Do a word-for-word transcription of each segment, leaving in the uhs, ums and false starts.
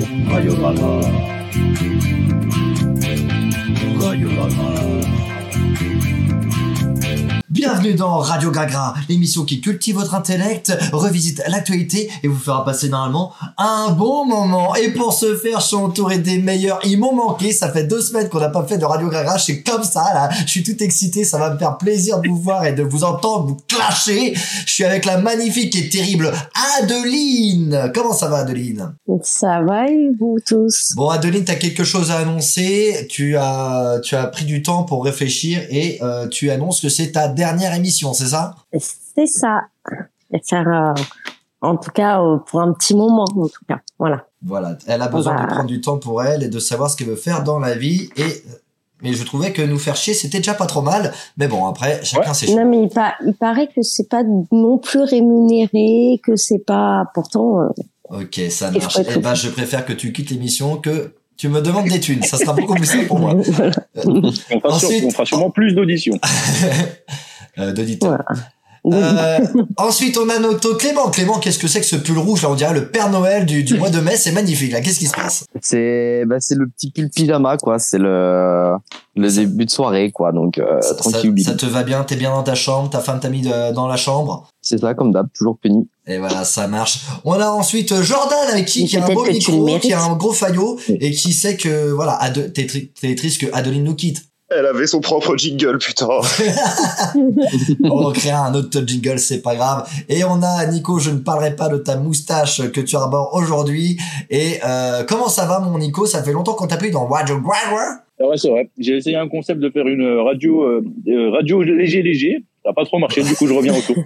Radio Gaga. Radio Gaga. Bienvenue dans Radio Gaga, l'émission qui cultive votre intellect, revisite l'actualité et vous fera passer normalement un bon moment. Et pour ce faire, je suis entouré des meilleurs. Ils m'ont manqué, ça fait deux semaines qu'on n'a pas fait de Radio Gaga. Je suis comme ça, là. Je suis tout excité, ça va me faire plaisir de vous voir et de vous entendre vous clasher. Je suis avec la magnifique et terrible Adeline. Comment ça va, Adeline? Ça va et vous tous? Bon, Adeline, t'as quelque chose à annoncer. Tu as, tu as pris du temps pour réfléchir et euh, tu annonces que c'est ta dernière émission, c'est ça? C'est ça. Et faire, euh, en tout cas, euh, pour un petit moment, en tout cas. Voilà. Voilà. Elle a besoin bah... de prendre du temps pour elle et de savoir ce qu'elle veut faire dans la vie. Et mais je trouvais que nous faire chier, c'était déjà pas trop mal. Mais bon, après, chacun ouais. ses choix. Non, mais il, pa- il paraît que c'est pas non plus rémunéré, que c'est pas pourtant. Euh... Ok, ça marche. Eh ben, je préfère que tu quittes l'émission que tu me demandes des thunes. Ça sera beaucoup plus simple pour moi. Voilà. on, fera Ensuite, sûr, on fera sûrement plus d'auditions. euh, d'auditeurs. Voilà. Euh, ensuite, on a notre Clément. Clément, qu'est-ce que c'est que ce pull rouge là? On dirait le Père Noël du, du mois de mai. C'est magnifique là. Qu'est-ce qui se passe? C'est bah c'est le petit pull pyjama quoi. C'est le le début de soirée quoi. Donc euh, ça, tranquille. Ça, ça te va bien? T'es bien dans ta chambre? Ta femme t'a mis de, dans la chambre? C'est ça, comme d'hab, toujours puni. Et voilà, ça marche. On a ensuite Jordan avec qui, qui a un beau micro, qui a un gros faillot et qui sait que voilà, Ade- t'es, tri- t'es triste que Adeline nous quitte. Elle avait son propre jingle, putain. On créera un autre jingle, c'est pas grave. Et on a Nico, je ne parlerai pas de ta moustache que tu arbores aujourd'hui. Et euh, comment ça va, mon Nico? Ça fait longtemps qu'on t'a pris dans Radio Gaga. Ah ouais, c'est vrai. J'ai essayé un concept de faire une radio, euh, radio léger léger. Ça n'a pas trop marché, du coup je reviens au tour.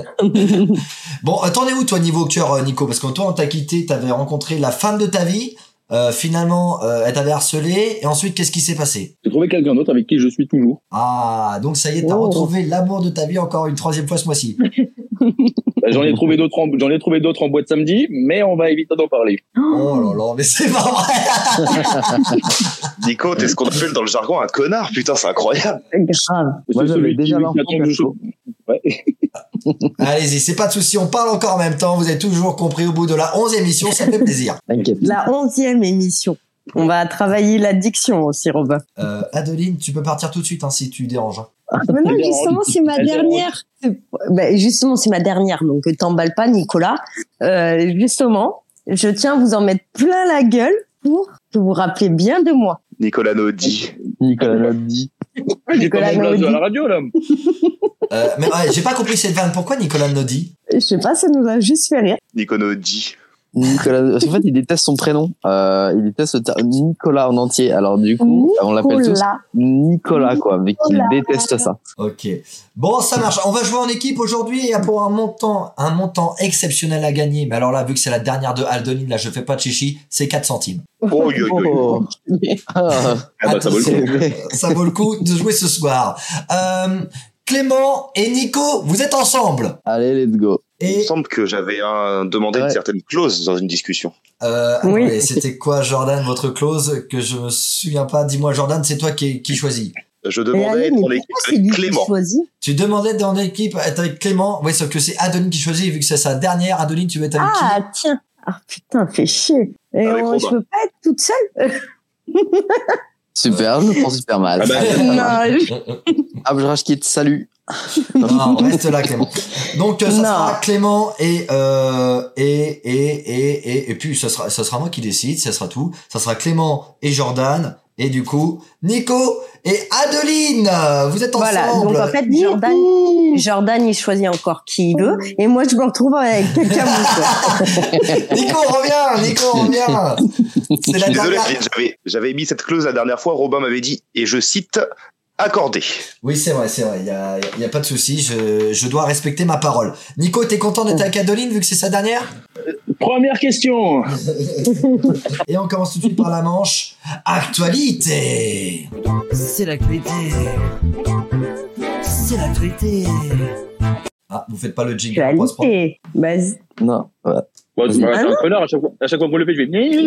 Bon, t'en es où toi niveau cœur, Nico? Parce que toi on t'a quitté, t'avais rencontré la femme de ta vie. Euh, finalement, euh, elle t'avait harcelé, et ensuite, qu'est-ce qui s'est passé? J'ai trouvé quelqu'un d'autre avec qui je suis toujours. Ah, donc ça y est, t'as oh. retrouvé l'amour de ta vie encore une troisième fois ce mois-ci. Bah, j'en ai trouvé d'autres en, j'en ai trouvé d'autres en boîte samedi, mais on va éviter d'en parler. Oh là là, mais c'est pas vrai. Nico, t'es ce qu'on appelle dans le jargon un connard, putain, c'est incroyable. Grave. Moi, j'avais déjà l'info. Ouais. Allez-y, c'est pas de souci, on parle encore en même temps. Vous avez toujours compris au bout de la onzième émission, ça fait plaisir. La onzième émission. On va travailler l'addiction aussi, Robin. Euh, Adeline, tu peux partir tout de suite hein, si tu déranges. Mais non, justement, c'est ma dernière. Ben, justement, c'est ma dernière, donc t'emballes pas, Nicolas. Euh, justement, je tiens à vous en mettre plein la gueule pour que vous vous rappeliez bien de moi. Nicolas Naudy. Nicolas Naudy. J'ai pas mon blaze à la radio, là. Euh, mais ouais, j'ai pas compris cette vanne. Pourquoi Nicolas Naudy? Je sais pas, ça nous a juste fait rire. Nicolas Naudy. Nicolas, en fait, il déteste son prénom. Euh, il déteste le terme Nicolas en entier. Alors, du coup, Nicolas. On l'appelle tous Nicolas, quoi, mais qu'il déteste ça. Ok. Bon, ça marche. On va jouer en équipe aujourd'hui et pour un montant, un montant exceptionnel à gagner. Mais alors là, vu que c'est la dernière de Adeline, là, je fais pas de chichi, c'est quatre centimes. Oh, yo, yo, yo. Ah, bah, ça vaut le coup. Ça vaut le coup de jouer ce soir. Euh, Clément et Nico, vous êtes ensemble. Allez, let's go. Et... Il me semble que j'avais un, demandé ouais. une certaine clause dans une discussion. Euh, oui. Et c'était quoi, Jordan, votre clause que je me souviens pas. Dis-moi, Jordan, c'est toi qui, qui choisis. Je demandais d'être en équipe avec Clément. Tu demandais d'être en équipe avec Clément. Oui, sauf que c'est Adeline qui choisit, vu que c'est sa dernière. Adeline, tu veux être avec ah, qui? Ah, tiens. Ah, putain, fais chier. Et on, je peux pas être toute seule. Super, je me prends super mal. Ah, bah, non, je... ah, je rage quitte, salut. Non, reste là, Clément. Donc, ça non. sera Clément et, euh, et, et, et, et, et puis, ça sera, ça sera moi qui décide, ça sera tout. Ça sera Clément et Jordan. Et du coup, Nico et Adeline, vous êtes ensemble. Voilà, donc en fait, Jordan, Jordan, il choisit encore qui il veut, et moi, je me retrouve avec quelqu'un d'autre. Nico, reviens, Nico, reviens. C'est la Désolé, j'avais, j'avais mis cette clause la dernière fois, Robin m'avait dit, et je cite, accordé. Oui, c'est vrai, c'est vrai, il y a, y a pas de souci, je, je dois respecter ma parole. Nico, t'es content d'être avec Adeline, vu que c'est sa dernière? euh, Première question. Et on commence tout de suite par la manche. Actualité. C'est l'actualité. C'est l'actualité. Ah, vous faites pas le jingle. Actualité. Vas-y. Non, ouais. Ouais, tu m'as Ah un non. connard à chaque fois, à chaque fois qu'on le fait, je vais.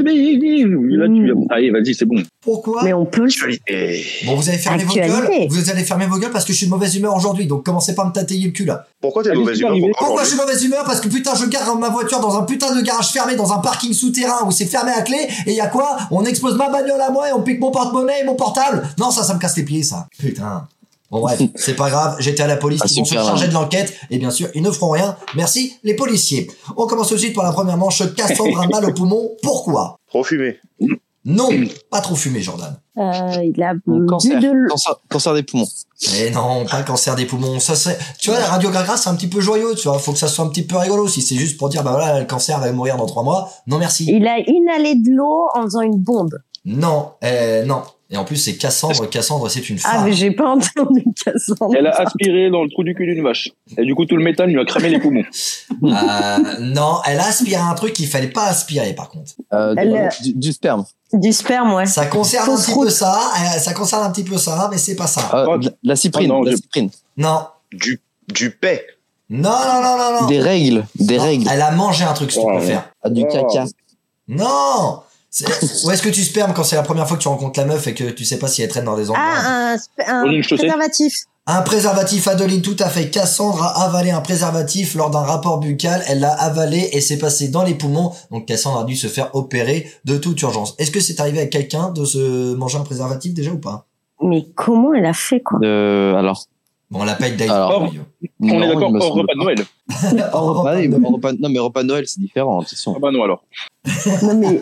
Là, tu allez, vas-y, c'est bon. Pourquoi? Mais on peut le Actualité. Bon, vous allez fermer vos Actualité. gueules. Vous allez fermer vos gueules parce que je suis de mauvaise humeur aujourd'hui. Donc commencez pas à me tâter le cul là. Pourquoi t'es de Allez, mauvaise c'est humeur arrivé. pourquoi Pourquoi je aujourd'hui suis de mauvaise humeur? Parce que putain, je garde ma voiture dans un putain de garage fermé, dans un parking souterrain où c'est fermé à clé. Et y a quoi? On explose ma bagnole à moi et on pique mon porte-monnaie et mon portable. Non, ça, ça me casse les pieds, ça. Putain. Bon bref, c'est pas grave, j'étais à la police, Ah, ils vont se super, charger hein. de l'enquête, et bien sûr, ils ne feront rien. Merci, les policiers. On commence tout de suite par la première manche. Cassandre a mal au poumon. Pourquoi? Trop fumé. Non, pas trop fumé, Jordan. Euh, il a Donc, bu cancer, de l- cancer, cancer des poumons. Mais non, pas cancer des poumons. Ça serait, tu vois, la radio Gaga, c'est un petit peu joyeux, tu vois. Faut que ça soit un petit peu rigolo. Si c'est juste pour dire, bah voilà, le cancer va mourir dans trois mois. Non, merci. Il a inhalé de l'eau en faisant une bombe. Non, euh, non. Et en plus, c'est Cassandre. Cassandre, c'est une Ah, femme. mais j'ai pas entendu Cassandre. Elle a aspiré dans le trou du cul d'une vache. Et du coup, tout le méthane lui a cramé les poumons. Euh, non, elle a aspiré un truc qu'il fallait pas aspirer, par contre. Euh, Elle- du, du sperme. Du sperme, ouais. Ça concerne un Fausse petit route. peu ça. euh, Ça concerne un petit peu ça, mais c'est pas ça. Euh, Oh, de la- de la cyprine. oh non, de la je- cyprine. Non. Du, du paix. Non, non, non, non, non. Des règles. Des Non, règles. Elle a mangé un truc, si tu Oh, préfères. Ah, du Oh. caca. Non. C'est- Où est-ce que tu spermes quand c'est la première fois que tu rencontres la meuf et que tu sais pas si elle traîne dans des endroits? Ah, un, sp- un Dans une chaussette. préservatif. Un préservatif, Adeline, tout à fait. Cassandre a avalé un préservatif lors d'un rapport buccal. Elle l'a avalé et c'est passé dans les poumons. Donc Cassandre a dû se faire opérer de toute urgence. Est-ce que c'est arrivé à quelqu'un de se manger un préservatif déjà ou pas? Mais comment elle a fait, quoi? Euh, alors. Bon, on l'appelle Dave. Alors, On non, est d'accord, il me hors semble repas de pas. Noël. Hors repas, oui, hors repas- non, mais repas de Noël, c'est différent, attention. Ah bah non, alors. Non, mais...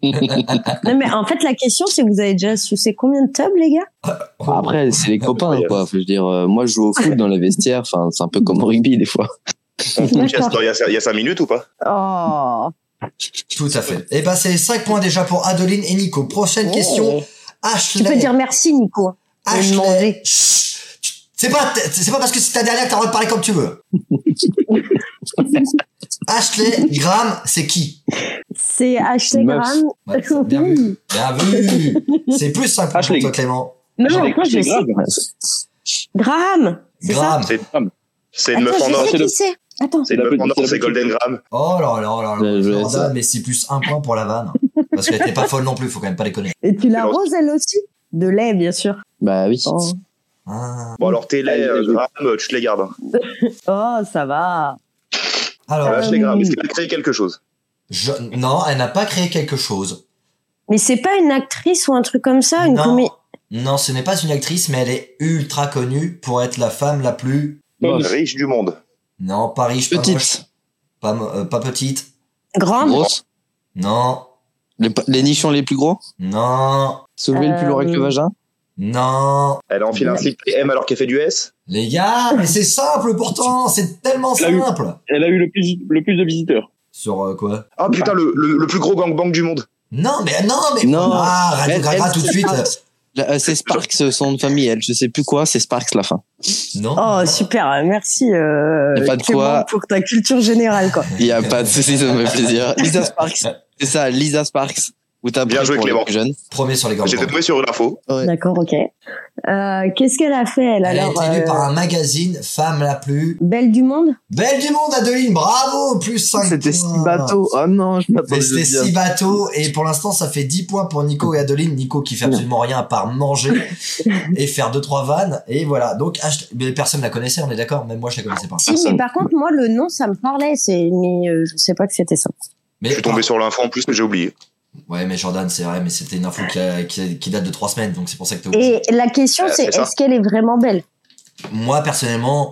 non, mais en fait, la question, c'est vous avez déjà sucé combien de tubs, les gars? Après, c'est les copains, quoi. Faut, je veux dire, euh, moi, je joue au foot dans les vestiaires. Enfin, c'est un peu comme au rugby, des fois. On fout Chester il y a, il y a cinq minutes ou pas? Oh. Tout à fait. Et ben, c'est cinq points déjà pour Adeline et Nico. Prochaine question. Ashley. Tu peux dire merci, Nico. Et Ashley. demander. Chut. C'est pas, c'est pas parce que c'est ta dernière que t'as le droit de parler comme tu veux. Ashley Graham, c'est qui? C'est Ashley Meuf. Graham. Ouais, c'est bien vu. Bien vu. C'est plus simple pour Ashley. toi, Clément. Non, Ashley- moi, je Ashley sais. Graham. Graham. C'est ça? Graham. C'est Graham. c'est une meuf Attends, en je or. sais c'est qui le- c'est. Attends. C'est une meuf en or, c'est la c'est petite- Golden Graham. Oh là là là là. Je- je laisse ça. Jordan, mais c'est plus un point pour la vanne. Parce qu'elle était pas folle non plus, faut quand même pas déconner. Et tu l'arroses, elle aussi? De lait, bien sûr. Bah oui. Oh, Ah. Bon, alors t'es laid, euh, Graham, euh, tu te les gardes. hein. oh ça va. Alors, Euh, Euh, Ashley Graham, est-ce qu'elle a créé quelque chose? je... non, elle n'a pas créé quelque chose. Mais c'est pas une actrice ou un truc comme ça, une non. comédie. Non, ce n'est pas une actrice, mais elle est ultra connue pour être la femme la plus... Bonne. Riche du monde. Non, pas riche, pas moche, Petite. pas, mo- euh, pas petite. Grande. Grosse. Non, Les, les nichons les plus gros. non, Soulever le plus lourd avec le Euh, vagin. non. Elle a enfilé un slip M alors qu'elle fait du S. Les gars, mais c'est simple pourtant, c'est tellement Elle a eu- simple. Elle a eu le plus, le plus de visiteurs. Sur euh, quoi? Ah putain, le, le, le plus gros gangbang du monde. Non, mais non, mais Non. ah, Radio Elle- Gaga elle, tout de c'est suite. Sparks. Là, euh, C'est Sparks, son nom de famille, elle. Je sais plus quoi, c'est Sparks la fin. Non. Oh, super. Merci, euh, Y a pas de Clément, quoi. pour ta culture générale, quoi. Il y a pas de souci, ça me fait plaisir. Lisa Sparks. C'est ça, Lisa Sparks. Ou t'as Bien pris joué, pour les Clément. plus jeunes. Premier sur les grands. J'étais tombé sur une info. Ouais. D'accord, ok. Euh, qu'est-ce qu'elle a fait, elle, Elle a alors? été élue euh, par un magazine, femme la plus Belle du monde? belle du monde, Adeline. Bravo, plus cinq C'était points. six bateaux. Oh non, je Mais m'attendais c'était de dire. six bateaux et pour l'instant ça fait dix points pour Nico et Adeline. Nico qui fait absolument rien à part manger et faire deux trois vannes et voilà. Donc Ashley- mais personne la connaissait, on est d'accord. Même moi je la connaissais pas. Si, mais par contre, moi, le nom, ça me parlait, c'est, mais euh, je sais pas que c'était ça. Mais Je suis tombé sur l'info en plus, mais j'ai oublié. ouais, mais Jordan, c'est vrai, mais c'était une info qui, a- qui, a- qui date de trois semaines, donc c'est pour ça que t'as oublié. Et la question, Euh, c'est, c'est ça. est-ce qu'elle est vraiment belle? Moi personnellement,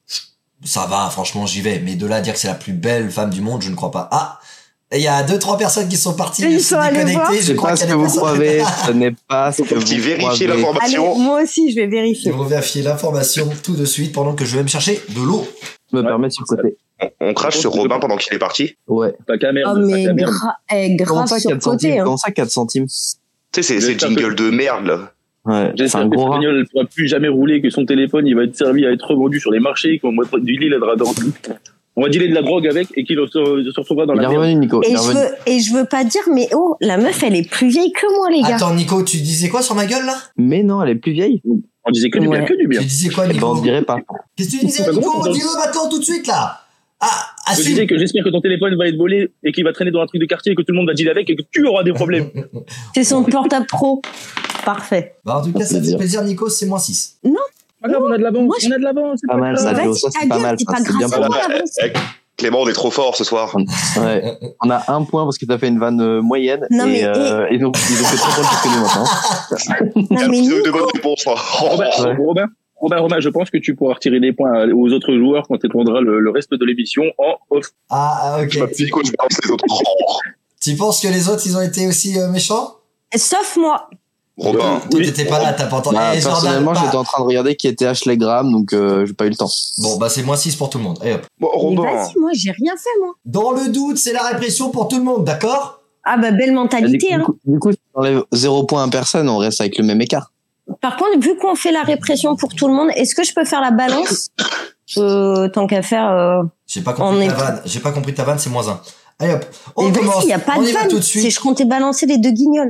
ça va, franchement j'y vais. Mais de là à dire que c'est la plus belle femme du monde, je ne crois pas. Ah, il y a deux trois personnes qui sont parties, Ils je sont allés déconnectées. voir. Je C'est crois pas ce qu'il y que a des vous personnes- croyez. Ce n'est pas ce que vous Petit vérifier croyez. Allez, l'information. moi aussi, je vais Je vérifier. vais vérifier l'information tout de suite pendant que je vais me chercher de l'eau. Je me Ouais. permets sur le côté. On, on crache sur Robin pendant qu'il est parti. Ouais. Ta caméra. Oh, mais ta caméra. gra- eh, Comment grave ça, sur quatre côté, centimes? hein. Comment ça, quatre centimes? Tu sais, c'est c'est J'espère jingle de merde, là. Ouais. C'est J'espère un que gros cette rat. bagnole, elle pourra plus jamais rouler, que son téléphone, il va être servi à être revendu sur les marchés, qu'on va du dealer de la drogue. On va dealer de la drogue avec et qu'il se, se retrouvera dans Il est la merde. revenu, Nico. Il Et est je revenu. veux, et je veux pas dire, mais oh, la meuf, elle est plus vieille que moi, les gars. Attends Nico, tu disais quoi sur ma gueule là? Mais non, elle est plus vieille. On disait que du bien, Ouais. que du bien. Tu disais quoi Eh ben, Nico? on dirait pas. Qu'est-ce que tu disais C'est pas Nico? drôle, Dis-le maintenant tout de suite là. Ah, Je assume. disais que j'espère que ton téléphone va être volé et qu'il va traîner dans un truc de quartier et que tout le monde va dealer avec et que tu auras des problèmes. C'est son portable pro. Parfait. Bah, en tout cas, ça fait plaisir, Nico, c'est moins six. Pas grave, on a de l'avance, Moi, je- on a de l'avance. c'est Pas mal, grave. ça, Vas-y, Théo, ça, ta c'est pas gueule, mal. c'est ça, pas c'est grâce bien à pas moi, mal. l'avance. Eh, Clément, on est trop fort ce soir. Ouais. On a un point parce que t'as fait une vanne euh, moyenne. Non, et, mais- euh, et donc, ils ont fait trois points de plus que nous maintenant. Non, mais de, Nico, de bonnes réponses. Robin, Ouais. Robin, Robin, Robin, je pense que tu pourras retirer des points aux autres joueurs quand tu prendras le, le reste de l'émission en off. Ah, ok. Nico, je balance les autres. Oh. Tu penses que les autres, ils ont été aussi euh, méchants? sauf moi. Robin, Toi, Oui. t'étais pas là, t'as pas entendu. Bah, Eh, Jordan, personnellement, pas. j'étais en train de regarder qui était Ashley Graham, donc euh, j'ai pas eu le temps. Bon, bah, c'est moins six pour tout le monde. Et hop. bon, Mais Robin. vas-y, moi, j'ai rien fait, moi. Dans le doute, c'est la répression pour tout le monde, d'accord? Ah bah, belle Du, mentalité, hein. coup, du coup, si on enlève zéro point à personne, on reste avec le même écart. Par contre, vu qu'on fait la répression pour tout le monde, est-ce que je peux faire la balance euh, tant qu'à faire euh... J'ai pas On compris est- ta vanne. J'ai pas compris ta vanne, c'est moins un. Allez hop. On Mais vas-y, commence. il y a pas on de y va vanne. tout de Si suite. je comptais balancer les deux guignols.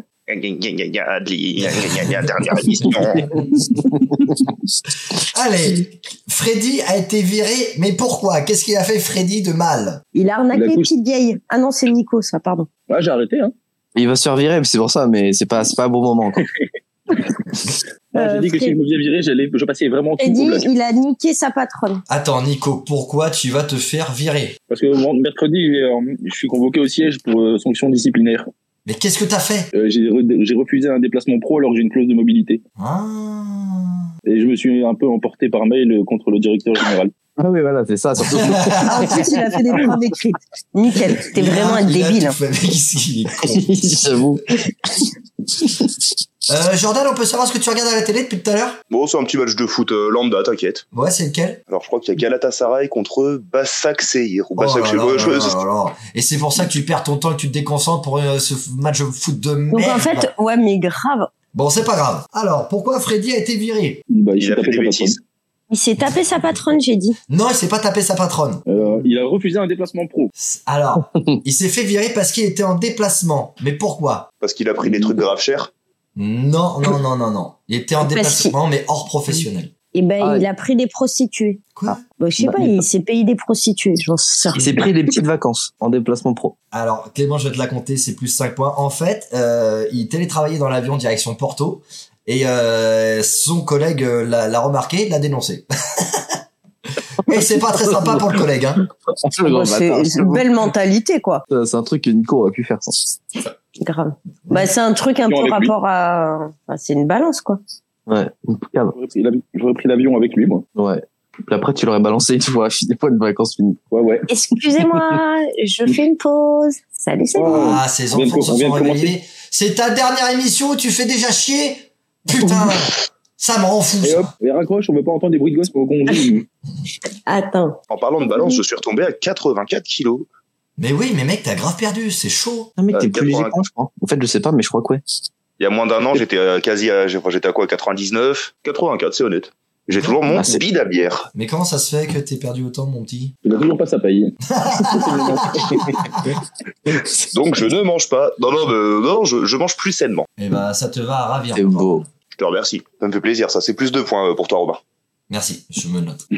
Dernière émission. Allez. Freddy a été viré, mais pourquoi? Qu'est-ce qu'il a fait Freddy de mal? Il a arnaqué La les couche. petites vieilles. Ah non, c'est Nico, ça, pardon. Ouais, j'ai arrêté, hein. Il va se faire virer, c'est pour ça, mais c'est pas, c'est pas un bon moment. Quoi. Ouais, Euh, j'ai dit que si Fred- je me faisais virer, j'allais, je passais vraiment tout Freddy, au blague. il a niqué sa patronne. Attends, Nico, pourquoi tu vas te faire virer? Parce que bon, mercredi, euh, je suis convoqué au siège pour euh, sanction disciplinaire. Mais qu'est-ce que t'as fait? Euh, j'ai, re- j'ai refusé un déplacement pro alors que j'ai une clause de mobilité. Ah. Et je me suis un peu emporté par mail euh, contre le directeur général. Ah oui, voilà, c'est ça, surtout. Ah, en plus, il a fait des preuves écrites. Nickel. T'es Il a- vraiment un il a débile. tout hein. fait, mec, il est con. J'avoue. Euh, Jordan, on peut savoir ce que tu regardes à la télé depuis tout à l'heure? Bon, c'est un petit match de foot euh, lambda, t'inquiète. Ouais, c'est lequel? Alors, je crois qu'il y a Galatasaray contre Basaksehir. Ou Oh là Basaksehir. là Ouais, là je- là là. Et c'est pour ça que tu perds ton temps et que tu te déconcentres pour euh, ce match de foot de merde. Donc en fait, ouais, mais grave. Bon, c'est pas grave. Alors, pourquoi Freddy a été viré? Bah, il, Il s'est a fait tapé des sa bêtises. Il s'est tapé sa patronne, j'ai dit. Non, il s'est pas tapé sa patronne. patronne. Euh, il a refusé un déplacement pro. Alors, il s'est fait virer parce qu'il était en déplacement. Mais pourquoi? Parce qu'il a pris des trucs graves chers. Non, non, non, non, non. Il était en Parce déplacement, mais hors professionnel. Et ben, Ah, il a pris des prostituées. Quoi? Bah, je sais Bah, pas, il s'est payé des prostituées. J'en sais Il s'est pris des petites vacances en déplacement pro. Alors, Clément, je vais te la compter, c'est plus cinq points. En fait, euh, il télétravaillait dans l'avion direction Porto, et euh, son collègue euh, l'a, l'a remarqué, l'a dénoncé. Et c'est pas très sympa pour le collègue, hein. Le grand Bah, c'est bâtard. c'est une belle mentalité, quoi. Ça, C'est un truc que Nico aurait pu faire. Ça. Grave. Bah, c'est un truc un Non, peu avec lui. rapport à... Enfin, c'est une balance, quoi. Ouais, impeccable. J'aurais pris, l'avi- j'aurais pris l'avion avec lui, moi. Ouais. Puis après, tu l'aurais balancé une fois, des fois de vacances finies. Ouais, ouais. Excusez-moi, je fais une pause. Salut, salut. Oh. Ah, ces On vient de enfants co- se on vient sont de commencer. réveillés. C'est ta dernière émission où tu fais déjà chier? Putain, ça me rend fou, Et ça. hop, et raccroche, on veut pas entendre des bruits de gosse au conduit. Attends. En parlant de balance, je suis retombé à quatre-vingt-quatre kilos. Mais oui, mais mec, t'as grave perdu, c'est chaud. Ah, mec, Euh, t'es plus léger quatre-vingts. que moi, je crois. En fait, je sais pas, mais je crois que ouais. Il y a moins d'un an, j'étais à quasi à, enfin, j'étais à quoi, quatre-vingt-dix-neuf? quatre-vingt-quatre, c'est honnête. J'ai toujours mon Ah, c'est- bide à bière. Mais comment ça se fait que t'aies perdu autant, mon petit? Il a toujours pas sa paye. Donc, je ne mange pas. Non, non, mais, non, je, je mange plus sainement. Eh ben, ça te va à ravir. C'est beau. Je te remercie. Ça me fait plaisir, ça. C'est plus de points euh, pour toi, Robin. Merci, je me le note.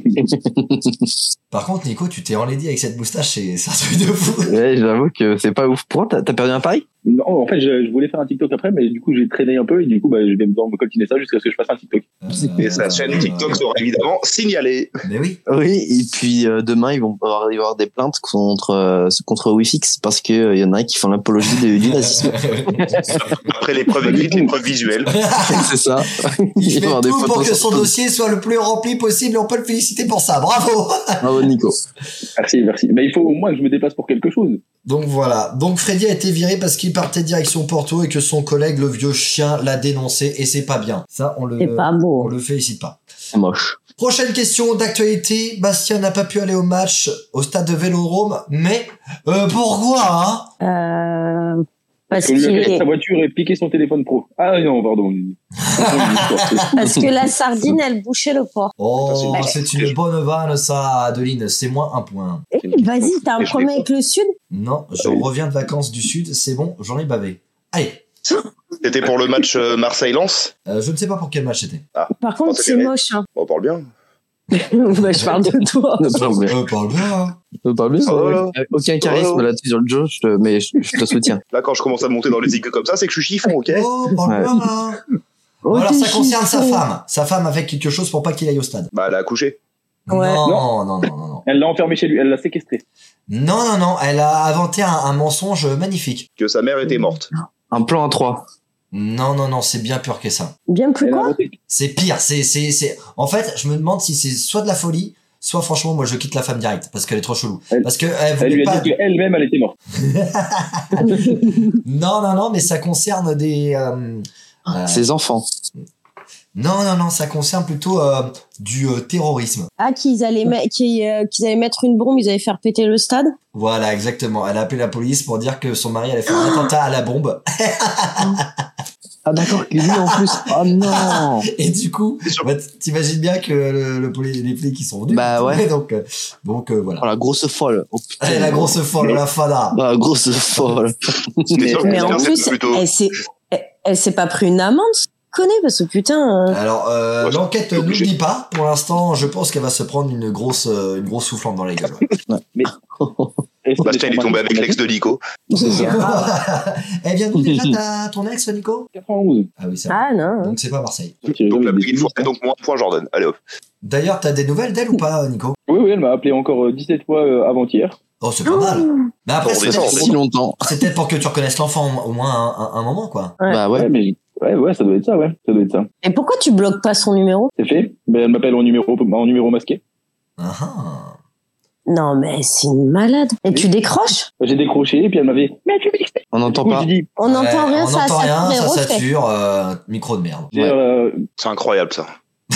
Par contre, Nico, tu t'es enlaidi avec cette moustache, c'est c'est un truc de fou. Ouais, j'avoue que c'est pas ouf. Pourquoi t'as t'as perdu un pari? Non, en fait, je, je voulais faire un TikTok après, mais du coup, j'ai traîné un peu et du coup, bah, je vais devoir me coltiner ça jusqu'à ce que je fasse un TikTok. Et sa chaîne TikTok sera évidemment signalée. Mais oui. Oui, et puis euh, demain, ils vont avoir, il va y avoir des plaintes contre, euh, contre WeFix parce que euh, y en a un qui font l'apologie de- du nazisme. Après l'épreuve écrite, l'épreuve visuelle. C'est ça. Il va y fait avoir des tout pour photos que sur son tout. dossier soit le plus rempli possible et on peut le féliciter pour ça. Bravo. Bravo, Nico. Merci, merci. Mais il faut au moins que je me déplace pour quelque chose. Donc voilà. Donc Freddy a été viré parce qu'il partait direction Porto et que son collègue, le vieux chien, l'a dénoncé et c'est pas bien. Ça, on le, C'est pas on beau. le félicite pas. C'est moche. Prochaine question d'actualité. Bastien n'a pas pu aller au match au stade de Vélodrome, mais euh, pourquoi hein Euh, parce, Au lieu de qu'il cacher est- sa voiture et piquer son téléphone pro. Ah non, pardon. parce que la sardine, elle bouchait le port. Oh, Ça, c'est une bonne vanne ça, Adeline. C'est moins un point. Eh, vas-y, t'as un Et je problème l'ai avec le sud? Non, je Oui. reviens de vacances du sud. C'est bon, j'en ai bavé. Allez. C'était pour le match euh, Marseille-Lens. Euh, je ne sais pas pour quel match c'était. Par contre, c'est c'est vrai. moche, hein. On parle bien. Bah, je parle de toi. Non, mais- Euh, parle bien. Hein. Euh, Pas bien, Oh ouais. là. Aucun charisme Oh là. là-dessus sur le jeu, je te- mais je, je te soutiens. Là, quand je commence à monter dans les écoles comme ça, c'est que je suis chiffon, ok? Oh, parle Ouais. bien, là. Oh, Bon, alors, t'es ça concerne sa chiffon. femme. Sa femme a fait quelque chose pour pas qu'il aille au stade. Bah, elle a accouché. Ouais. Non, Non. non, non, non, non. Elle l'a enfermé chez lui, elle l'a séquestré. Non, non, non. Elle a inventé un, un mensonge magnifique. Que sa mère était morte. Un plan à trois. Non, non, non, c'est bien pire que ça. Bien plus Elle a quoi? inventé- C'est pire. C'est, c'est, c'est. En fait, je me demande si c'est soit de la folie, soit franchement, moi, je quitte la femme direct parce qu'elle est trop chelou. Elle- Parce que elle Elle voulait lui a pas. dit qu'elle-même, elle était morte. Non, non, non, mais ça concerne des. euh, euh, Ses enfants. Non, non, non, ça concerne plutôt euh, du euh, terrorisme. Ah, qu'ils allaient, me- qu'ils, euh, qu'ils allaient mettre une bombe, ils allaient faire péter le stade. Voilà, exactement. Elle a appelé la police pour dire que son mari allait faire un attentat à la bombe. Ah d'accord, lui en plus. Oh non. Et du coup, C'est sûr. bah, t'imagines bien que le, le poli- les flics ils sont venus. Bah ouais. Donc, euh, donc euh, voilà. Oh la grosse folle. Oh putain. Elle est la grosse folle, la fada. Ah, la grosse folle. C'est sûr que Mais en putain, c'est plus, plutôt. elle s'est, elle, elle s'est pas pris une amende, connais, parce que putain. euh, Alors, euh, Ouais, c'est l'enquête ne nous obligé. dit pas. Pour l'instant, je pense qu'elle va se prendre une grosse, euh, une grosse soufflante dans les gueule. ouais. Et c'est Bastien, il est tombé avec l'ex de Nico. Elle vient d'où déjà ta, ton ex, Nico quatre-vingt-onze. Ah oui, c'est vrai. Ah non. Donc c'est pas Marseille. Donc, la petite fois, donc, moins point Jordan. Allez hop. D'ailleurs, t'as des nouvelles d'elle ou pas, Nico Oui, oui, elle m'a appelé encore euh, dix-sept fois euh, avant-hier. Oh, c'est pas mal. Mais après, Bon, c'est descend, peut-être- descend. Si longtemps. c'est peut-être pour que tu reconnaisses l'enfant au moins un, un, un moment, quoi. Ouais. Bah Ouais, ouais. mais ouais, ouais, ça doit être ça, ouais. Ça doit être ça. Et pourquoi tu bloques pas son numéro? C'est fait. Mais elle m'appelle en numéro, en numéro masqué. Ah ah. Non, mais c'est une malade. Et Oui. tu décroches? J'ai décroché et puis elle m'avait. Mais tu m'expliques. On n'entend Du coup, pas. j'ai dit. On n'entend Ouais, rien, on ça, n'entend ça rien, tourne et ça refait. sature, euh, micro de merde. j'ai, Ouais. euh, C'est incroyable, ça.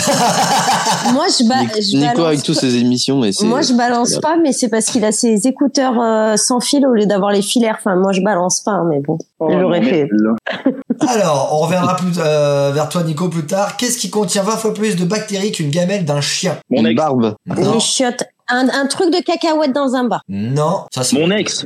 Moi, je, ba- Nico, je Nico balance avec toutes ses émissions, mais c'est. Moi, je balance pas, mais c'est parce qu'il a ses écouteurs euh, sans fil au lieu d'avoir les filaires. Enfin, moi, je balance pas, mais bon, oh, je l'aurais non, fait. mais- Alors, on reviendra plus, euh, vers toi, Nico, plus tard. Qu'est-ce qui contient vingt fois plus de bactéries qu'une gamelle d'un chien? Mon Une ex. barbe. Non, Les chiottes. Un, un truc de cacahuète dans un bar. non, ça c'est... Mon ex.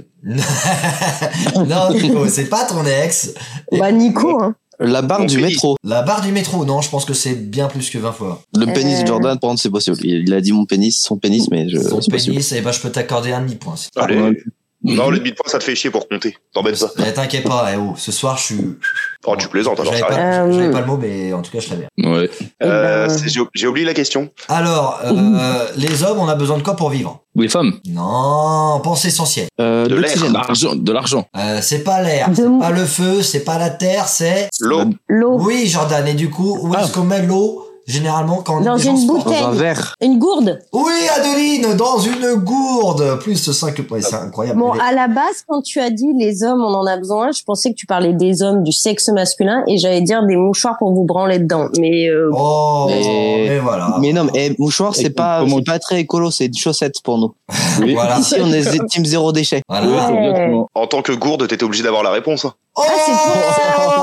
Non, Nico, c'est pas ton ex. Et Bah, Nico, hein. La barre Mon du pénis. métro. la barre du métro, non, je pense que c'est bien plus que vingt fois. Le pénis Euh. de Jordan, par contre, c'est possible. Il, il a dit mon pénis, son pénis, mais je. Son c'est possible. pénis, eh ben, je peux t'accorder un demi-point. si tu veux. Allez. Non, le demi-point, ça te fait chier pour compter. T'embêtes pas. Eh, t'inquiète pas, eh, oh, ce soir, je suis... Oh, tu plaisantes, alors J'avais ça pas, arrive. Euh, j'avais pas le mot, mais en tout cas, je l'avais. Ouais. Euh, Eh ben- c'est- j'ai j'ai oublié la question. Alors, euh, les hommes, on a besoin de quoi pour vivre? Les femmes. Non, pense essentielle. Euh, De de l'air. l'oxygène. L'argent, de l'argent. Euh, c'est pas l'air, De- c'est pas le feu, c'est pas la terre, c'est... L'eau. L'eau. Oui, Jordan, et du coup, où Ah. est-ce qu'on met l'eau, généralement, quand on Dans est des une gens sportifs? bouteille. Dans un verre. Une gourde. Oui, Adeline, dans une gourde. Plus cinq points, c'est incroyable. Bon, Elle à la base, quand tu as dit les hommes, on en a besoin, je pensais que tu parlais des hommes du sexe masculin et j'allais dire des mouchoirs pour vous branler dedans. Mais euh, est- Oh, Mais- et voilà. Mais non, mais eh, mouchoir, c'est Et pas, comment- c'est pas très écolo, c'est une chaussette pour nous. Oui. Voilà. Ici, on est zé- team zéro déchet. Voilà. Ouais, Ouais. exactement. En tant que gourde, t'étais obligé d'avoir la réponse. Hein. Oh, Ah, c'est pour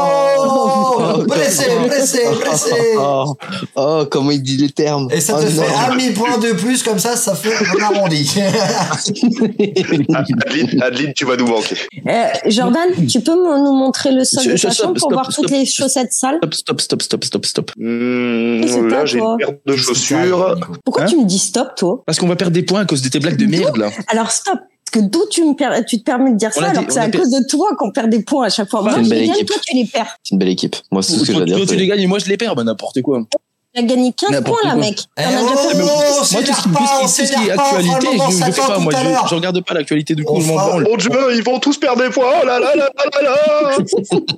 oh, blessé, blessé, blessé. Oh, oh, comment il dit les termes. Et ça Oh, te non. fait un demi-point de plus, comme ça, ça fait un arrondi. Adeline, Adeline, tu vas nous manquer. euh, Jordan, tu peux me- nous montrer le sol Je- de je- ta chambre stop, pour stop, voir stop. toutes les chaussettes sales? Stop, stop, stop, stop, stop, stop. Mmh, Et c'est là, à j'ai toi. une paire de chaussures. Pourquoi Hein tu me dis stop, toi? Parce qu'on va perdre des points à cause de tes blagues de merde, là. Alors stop. Parce que d'où tu me per- tu te permets de dire On ça a alors dit- que c'est on a à per- cause de toi qu'on perd des points à chaque fois. C'est Moi, une je belle les gagne, équipe. toi, tu les perds. C'est une belle équipe. Moi, c'est tout ce que j'ai Toi, à dire. toi, tu c'est- les gagnes et moi, je les perds. Bah, n'importe quoi. Tu as gagné quinze N'importe points, là, quoi. mec. Eh T'en as oh, déjà fait Mais moi, dix. oh, tout ce qui, s'énerve tout pas, ce qui, tout ce qui est s'énerve pas, actualité, on fera le je moment ne fais cinquante pas. Moi, tout à je, l'heure. je regarde pas l'actualité, du coup, On je m'en fera- branle. Mon Dieu, ils vont tous perdre des points. Oh là là là là là là.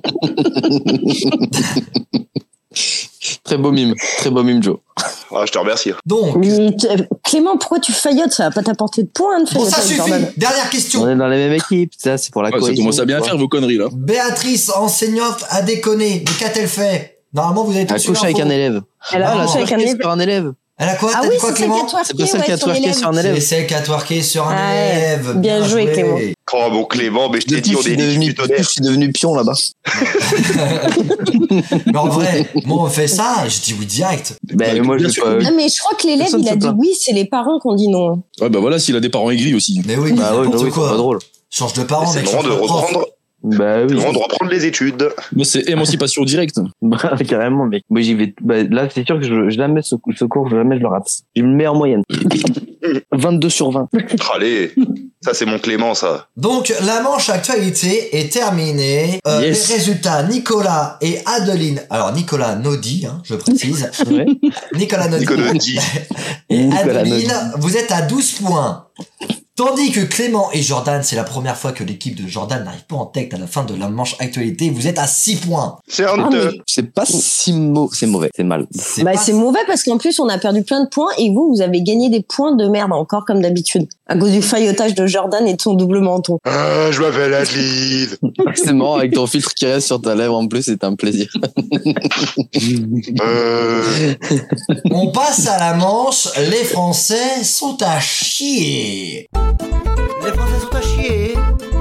Très beau mime. Très beau mime, Joe. Ah, je te remercie. Donc, Mais t- Clément, pourquoi tu faillotes? Ça va pas t'apporter de points de bon, ça failloter, suffit. Jordan. Dernière On question. est dans la même équipe. Ça, c'est pour la Ouais, ça cohésion. commence à bien tu vois. faire vos conneries, là. Béatrice, enseignante, a déconné. Mais qu'a-t-elle fait? Normalement, vous avez Elle a tous couché avec un élève. Elle a Ah, elle a couché avec un twerké élève. sur un élève. Elle a quoi? Ah T'as oui, dit quoi, c'est celle Clément? qui a twerké, C'est pas celle ouais, qui a son twerké élève. sur un C'est élève. celle qui a twerké sur un Ouais. élève. Bien joué, Clément. Oh, mon Clément, mais je t'ai Depuis, dit, je on suis est devenu, du depuis, tonnerre. je suis devenu pion là-bas. Mais en vrai, moi, on fait ça, je dis oui direct. Ben, Bah, moi, bien je sûr. pas. Ah, mais je crois que l'élève, Personne il a se dit plaint. oui, c'est les parents qui ont dit non. Ouais, bah voilà, s'il a des parents aigris aussi. Mais oui, Bah ouais, n'importe bah oui, c'est quoi. pas drôle. Change de parents, C'est mec. marrant change de de prof. reprendre, Bah oui. On doit reprendre les études. Mais c'est émancipation directe. Bah, carrément, mec. Moi, j'y vais. Bah, là, c'est sûr que je, jamais ce, ce cours, jamais je le rate. Je me mets en moyenne. vingt-deux sur vingt. Allez, ça c'est mon Clément, ça. Donc, la manche actualité est terminée. Euh, Yes. Les résultats, Nicolas et Adeline. Alors, Nicolas Naudy, hein, je précise. Ouais. Nicolas Naudy. Nicolas Naudy. Et Nicolas Adeline, Naudy. vous êtes à douze points. Tandis que Clément et Jordan, c'est la première fois que l'équipe de Jordan n'arrive pas en tête à la fin de la manche actualité. Vous êtes à six points. C'est Ah, honteux. C'est pas si mauvais. C'est mauvais. C'est mal. C'est Bah, pas- c'est mauvais parce qu'en plus, on a perdu plein de points et vous, vous avez gagné des points de merde encore comme d'habitude. À cause du faillotage de Jordan et de son double menton. Ah, je m'appelle Adeline. C'est marrant avec ton filtre qui reste sur ta lèvre en plus, c'est un plaisir. Euh... On passe à la manche. Les Français sont à chier. Les Français sont à chier.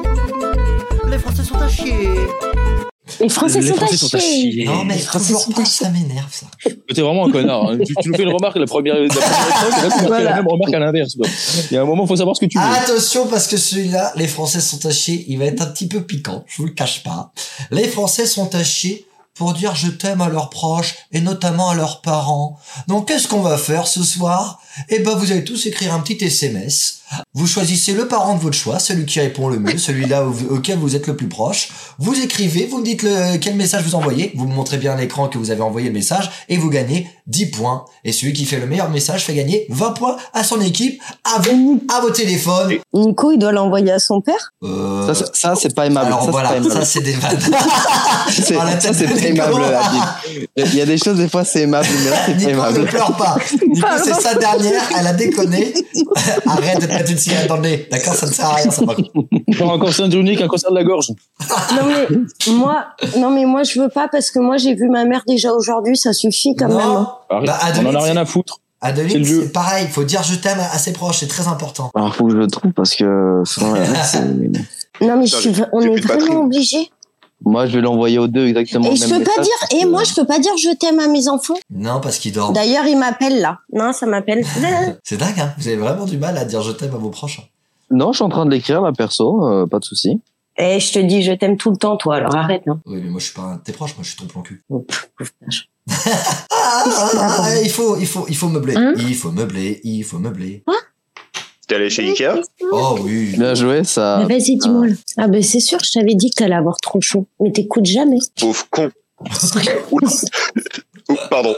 Les Français sont à chier. Les Français Les sont Français à sont à chier. chier. Non, mais Les Français toujours sont pas, à ça m'énerve, ça. T'es vraiment un connard. Hein. Tu, tu nous fais une remarque la première, la première époque, et là, tu m'as fait Voilà. la même remarque à l'inverse. Quoi. Il y a un moment, faut savoir ce que tu veux. Attention, parce que celui-là, les Français sont à chier, il va être un petit peu piquant, je vous le cache pas. Les Français sont à chier pour dire je t'aime à leurs proches, et notamment à leurs parents. Donc, qu'est-ce qu'on va faire ce soir? Eh ben, vous allez tous écrire un petit S M S. Vous choisissez le parent de votre choix, celui qui répond le mieux, celui-là au- auquel vous êtes le plus proche. Vous écrivez, vous me dites le, quel message vous envoyez, vous me montrez bien à l'écran que vous avez envoyé le message, et vous gagnez dix points. Et celui qui fait le meilleur message fait gagner vingt points à son équipe, à vous, à vos téléphones. Nico, il doit l'envoyer à son père. Euh... Ça, c'est- ça, c'est pas aimable. Alors ça, c'est voilà, pas aimable. ça c'est des vannes. C'est- Oh, la ça, tête c'est de pas Nico. aimable, Adil. Il y a des choses, des fois, c'est aimable, mais là, c'est pas Nico, ne aimable. pleure pas. Nico, c'est sa dernière, elle a déconné. Arrête de te mettre une cigarette dans le nez. D'accord, ça ne sert à rien, ça va. Genre un cancer unique, un cancer de la gorge. Non mais moi, non mais moi je veux pas parce que moi j'ai vu ma mère déjà aujourd'hui, ça suffit quand même. Non, hein. Arrête, Bah, on Adeline, en a rien c'est- à foutre. C'est Adeline, le jeu. c'est pareil, il faut dire je t'aime à ses proches, c'est très important. Alors, faut que je le trouve parce que, sinon, là, c'est- Non mais je Putain, suis, on j'ai est plus de batterie. vraiment obligé. moi, je vais l'envoyer aux deux exactement. Et le je même peux pas message, dire, parce et que- moi je peux pas dire je t'aime à mes enfants. Non, parce qu'il dort. D'ailleurs il m'appelle là. Non ça m'appelle. C'est dingue, hein. Vous avez vraiment du mal à dire je t'aime à vos proches. Non, je suis en train de l'écrire, là, perso, euh, pas de souci. Et je te dis je t'aime tout le temps toi, alors arrête. Hein. Oui, mais moi je suis pas un de tes proches, moi je suis ton plan cul. Oh, pff, pauvre vache. Ah, ah, ah, il faut, il faut, il faut meubler. Hein Il faut meubler, il faut meubler. T'es allé chez Ikea? Oh oui. Bien joué, ça. Mais vas-y dis-moi. là. Ah ben c'est sûr, je t'avais dit que t'allais avoir trop chaud, mais t'écoutes jamais. Pauvre con. Oula. Oh, pardon.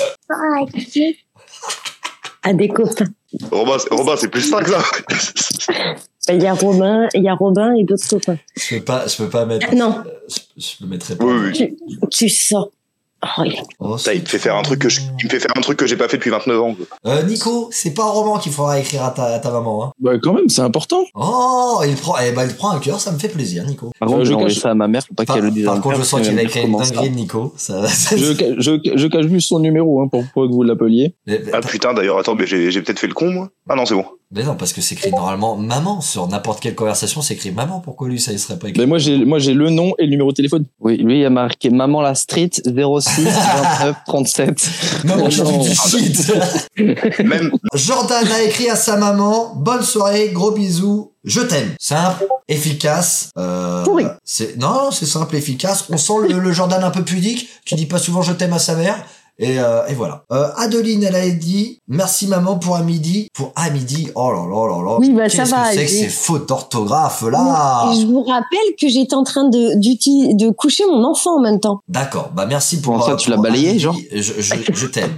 À des copains. Robin, c'est- Robin, c'est plus cinq là. Il y a Robin, il y a Robin et d'autres copains. Je peux pas, je peux pas mettre. Non. Je, je le mettrai pas. Oui, oui. Tu, tu sors. Oh, il- Oh, Putain, il me fait faire un truc que je, il me fait faire un truc que j'ai pas fait depuis vingt-neuf ans. quoi. Euh, Nico, c'est pas un roman qu'il faudra écrire à ta, à ta maman, hein. Bah, quand même, c'est important. Oh, il prend, eh ben, il prend un cœur, ça me fait plaisir, Nico. Par Euh, contre, je j'ai envoyé cache- ça à ma mère, faut pas Par, qu'elle le dise à par mon contre, père, je sens parce qu'il a qu'elle écrit va une me dire dinguerie de comment Nico. Ça, ça- Je, ca- je, je cache juste son numéro hein, pour, pour que vous l'appeliez. Mais, Ah putain, d'ailleurs, attends, mais j'ai, j'ai peut-être fait le con, moi. Ah non, c'est bon. mais non, parce que c'est écrit normalement maman. Sur n'importe quelle conversation, c'est écrit maman. Pourquoi lui, ça ne serait pas écrit? Mais moi, j'ai, moi, j'ai le nom et le numéro de téléphone. ça. Oui, lui, il a marqué Maman la street zéro six vingt-neuf trente-sept. Maman, j'ai vu non. du shit. Même, Jordan a écrit à sa maman, bonne soirée, gros bisous, je t'aime. Simple, efficace. Euh, Pourri. C'est, non, c'est simple, efficace. On sent le, le Jordan un peu pudique, qui dit pas souvent je t'aime à sa mère. Et, euh, et voilà. Euh, Adeline, elle a dit, merci maman pour à midi. Pour à midi, oh là là là là. Oui, bah, ça Qu'est-ce va, que c'est que j'ai- ces fautes d'orthographe là? Et je vous rappelle que j'étais en train de, d'uti- de coucher mon enfant en même temps. D'accord, bah merci pour... Comment ça, euh, tu l'as pour balayé, Amélie. genre Je, je, je t'aime.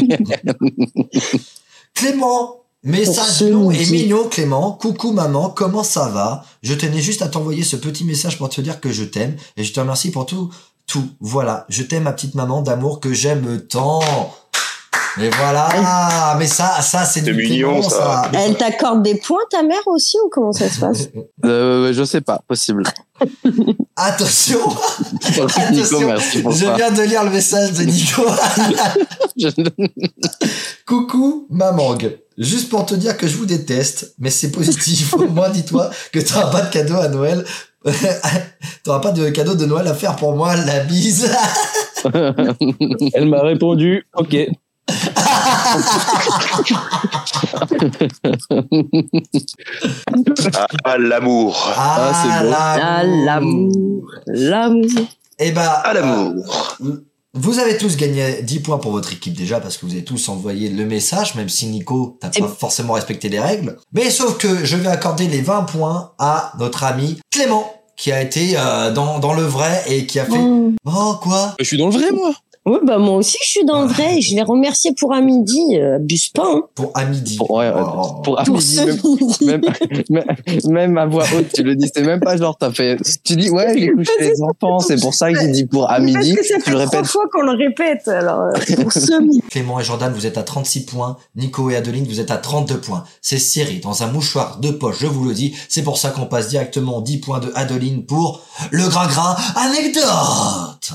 Clément, message Pour long ce et midi. mignon, Clément. Coucou maman, comment ça va? Je tenais juste à t'envoyer ce petit message pour te dire que je t'aime et je te remercie pour tout, tout. Voilà, je t'aime ma petite maman d'amour que j'aime tant. Mais voilà, mais ça, ça c'est C'est du mignon, Clément, ça. Mais Elle t'accorde des points, ta mère aussi, ou comment ça se passe? Euh, je sais pas, possible. Attention, Nico, attention, merci pour je ça. viens de lire le message de Nico. Je- Coucou, mamang. Juste pour te dire que je vous déteste, mais c'est positif. Au moins, dis-toi que t'auras pas de cadeau à Noël. T'auras pas de cadeau de Noël à faire pour moi. La bise. Elle m'a répondu, ok. Ah, l'amour. Ah, Ah, c'est beau. Ah, l'amour. L'amour. Et bah, Ah, l'amour. euh, vous avez tous gagné dix points pour votre équipe déjà parce que vous avez tous envoyé le message, même si Nico, t'as pas forcément respecté les règles. Mais sauf que je vais accorder les vingt points à notre ami Clément, qui a été euh, dans, dans le vrai et qui a fait... Mm. Oh, quoi? Je suis dans le vrai, moi. Oui, bah moi aussi je suis dans le vrai. Je l'ai remercié pour un midi. Euh, abuse pas. Hein. Pour à midi. Pour, ouais, Oh. pour, à Pour midi, ce même, midi. même, même, même à voix haute, tu le dis. C'est même pas genre, t'as fait, tu dis, ouais, j'ai couché les enfants, c'est pour ça que j'ai dit pour à midi. Parce que ça Tu le fait trois répètes. fois qu'on le répète. Alors, euh, pour ce midi. Clément et Jordan, vous êtes à trente-six points. Nico et Adeline, vous êtes à trente-deux points. C'est serré dans un mouchoir de poche, je vous le dis. C'est pour ça qu'on passe directement dix points de Adeline pour le gras-gras anecdote.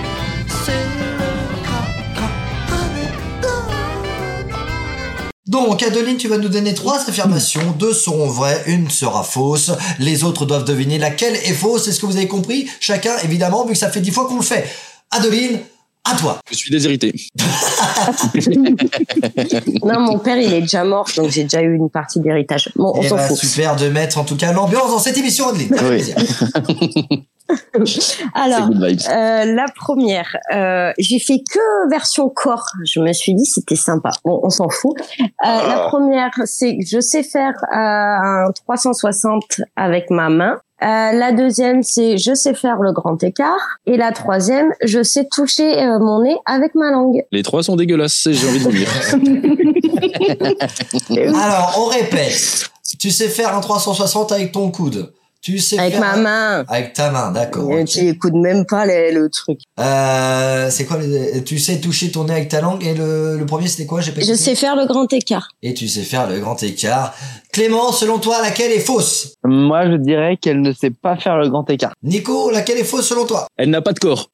Donc, Adeline, tu vas nous donner trois affirmations. Deux seront vraies, une sera fausse. Les autres doivent deviner laquelle est fausse. Est-ce que vous avez compris? Chacun, évidemment, vu que ça fait dix fois qu'on le fait. Adeline, à toi. Je suis déshérité. Non, mon père il est déjà mort, donc j'ai déjà eu une partie d'héritage. Bon, on Eh s'en ben, fout. super de mettre en tout cas l'ambiance dans cette émission, Adeline. Ça fait Oui. plaisir. Alors, C'est good vibes. euh, la première, euh, j'ai fait que version corps. Je me suis dit c'était sympa. Bon, on s'en fout. Euh, Ah. La première, c'est que je sais faire euh, un trois cent soixante avec ma main. Euh, la deuxième, c'est je sais faire le grand écart. Et la troisième, je sais toucher euh, mon nez avec ma langue. Les trois sont dégueulasses, j'ai envie de vous dire. Alors, on répète. Tu sais faire un trois cent soixante avec ton coude. Tu sais Avec faire ma un- main. Avec ta main, d'accord. Et ok. Tu écoutes même pas les- le truc. Euh, c'est quoi les... Tu sais toucher ton nez avec ta langue et le, le premier c'était quoi? J'ai pas Je écouté. sais faire le grand écart. Et tu sais faire le grand écart. Clément, selon toi, laquelle est fausse? Moi, je dirais qu'elle ne sait pas faire le grand écart. Nico, laquelle est fausse selon toi? Elle n'a pas de corps.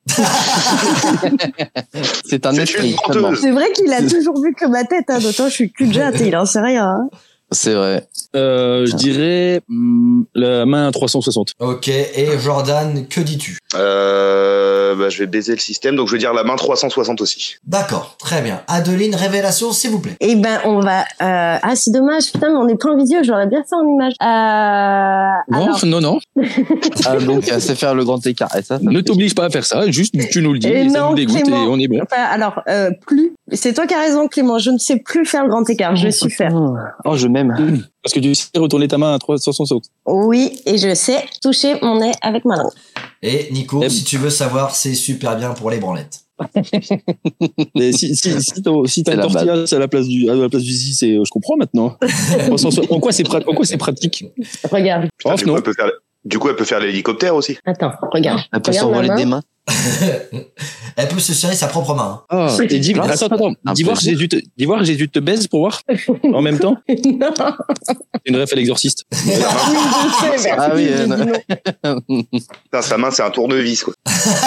C'est un C'est esprit. une seulement. menteuse. C'est vrai qu'il a toujours vu que ma tête, hein, d'autant je suis cul de jatte, il en sait rien. Hein. C'est vrai. Euh, je dirais hum, la main à trois cent soixante. Ok, et Jordan, que dis-tu? Euh, bah, je vais baiser le système, donc je vais dire la main trois cent soixante aussi. D'accord, très bien. Adeline, révélation, s'il vous plaît. Eh ben, on va... Euh... Ah, c'est dommage, putain, mais on est pas en vidéo, j'aurais bien ça en image. Euh... Non, Alors... non, non. Ah, donc, elle sait faire le grand écart. Et ça, ça Ne fait- t'oblige pas à faire ça. Juste, tu nous le dis. Et Et ça non, nous dégoûte Clément. et on est bon. Enfin, alors, euh, plus... C'est toi qui as raison, Clément, je ne sais plus faire le grand écart, je suis faire. Oh, je m'aime. Parce que tu sais retourner ta main à trois cent soixante. Oui, et je sais toucher mon nez avec ma langue. Et Nico, Eh- si tu veux savoir, c'est super bien pour les branlettes. Mais si, si, si t'as, si t'as C'est une la tortilla à la place du, à la place du zizi, c'est, je comprends maintenant. trois cent soixante En quoi c'est, pra- en quoi c'est pratique? Regarde, Putain, Oh, du, coup, non. elle peut faire, du coup, elle peut faire l'hélicoptère aussi. attends, regarde. Elle peut Regarde ma s'envoler main. des mains. Elle peut se serrer sa propre main. Ah, et dis, Non, attends, attends, un dis voir, plaisir. Jésus te, dis voir, Jésus te baise pour voir, en même temps. Non, C'est une ref à l'exorciste. oui, je sais, Ah oui, merci, j'ai euh, dit non. Putain, sa main, c'est un tournevis, quoi.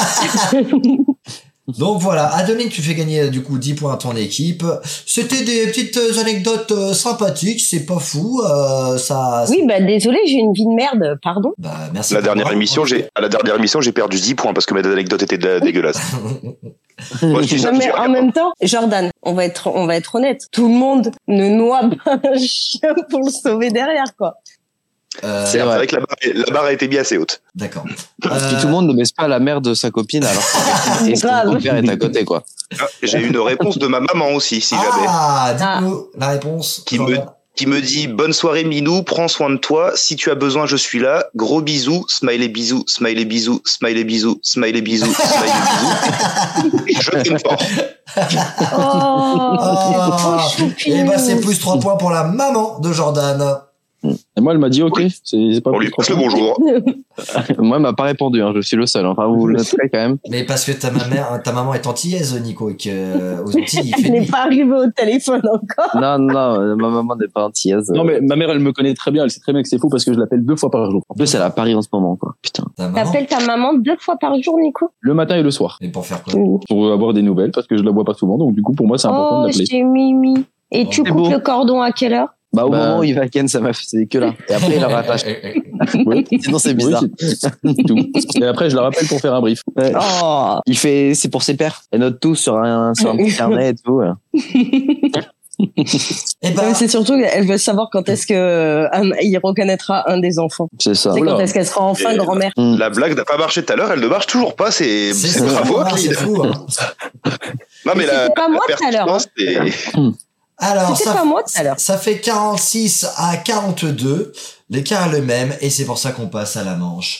Donc voilà, Adeline, tu fais gagner euh, du coup dix points à ton équipe. C'était des petites euh, anecdotes euh, sympathiques, c'est pas fou. Euh, ça, Oui, bah désolé, j'ai une vie de merde, pardon. Bah merci. La pour dernière moi. émission, j'ai, à la dernière émission, j'ai perdu dix points parce que mes anecdotes étaient dé- dégueulasses. Moi, je dis ça, Non, je mais dis en rien. même temps, Jordan, on va être, on va être honnête. Tout le monde ne noie pas un chien pour le sauver derrière, quoi. Euh, C'est vrai que la barre, la barre a été bien assez haute. D'accord. Puis Euh, tout le monde ne baisse pas la mère de sa copine alors que et son Grave. beau-père est à côté, quoi. Ah, j'ai une réponse de ma maman aussi, si jamais. Ah, dites-nous la réponse. Qui me, Jordan. qui me dit bonne soirée Minou, prends soin de toi, si tu as besoin je suis là, gros bisous, smiley bisous, smiley bisous, smiley bisous, smiley bisous, smiley bisous. Je t'aime fort. Oh, Ah, c'est trop choupi. et bah c'est plus trois points pour la maman de Jordan. Et moi, elle m'a dit, ok, Oui. c'est, c'est pas On lui plus passe le trop- bonjour. Moi, elle m'a pas répondu, hein, je suis le seul. Enfin, vous le noterez quand même. Mais parce que ta, mère, ta maman est antillaise, Nico, et que euh, aux Antilles, il fait Elle n'est nuit. pas arrivée au téléphone encore. Non, non, euh, ma maman n'est pas antillaise. Non, mais ma mère, elle me connaît très bien, elle sait très bien que c'est faux parce que je l'appelle deux fois par jour. En plus, elle est à Paris en ce moment, quoi. Putain. Ta maman. T'appelles ta maman deux fois par jour, Nico. Le matin et le soir. Mais pour faire quoi? Pour avoir des nouvelles parce que je la vois pas souvent. Donc, du coup, pour moi, c'est important Oh, de l'appeler. j'ai Mimi. Et Oh, tu c'est coupes beau. le cordon à quelle heure? Bah, au Bah. moment où il va ken, ça m'a fait, c'est que là. Et après, il la rattache. Oui. Sinon, c'est bizarre. Oui, c'est tout. Et après, je la rappelle pour faire un brief. Ouais. Oh. Il fait, c'est pour ses pères. Elle note tout sur un, sur un petit carnet et tout. ouais. Eh Non, ben, mais c'est surtout qu'elle veut savoir quand est-ce que euh, un- il reconnaîtra un des enfants. C'est ça. C'est Voilà. quand est-ce qu'elle sera enfin Et- grand-mère. Mm. La blague n'a pas marché tout à l'heure, elle ne marche toujours pas, c'est, c'est c'est fou, bravo, hein, c'est Adeline. fou. hein. Non, mais Mais la, c'était pas la moi tout à l'heure, pertinence, c'est- Alors, C'était ça, pas moi tout à l'heure. ça fait quarante-six à quarante-deux. L'écart est le même et c'est pour ça qu'on passe à la manche.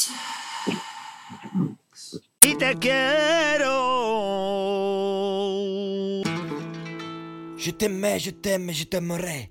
Je t'aimais, je t'aime et je t'aimerai.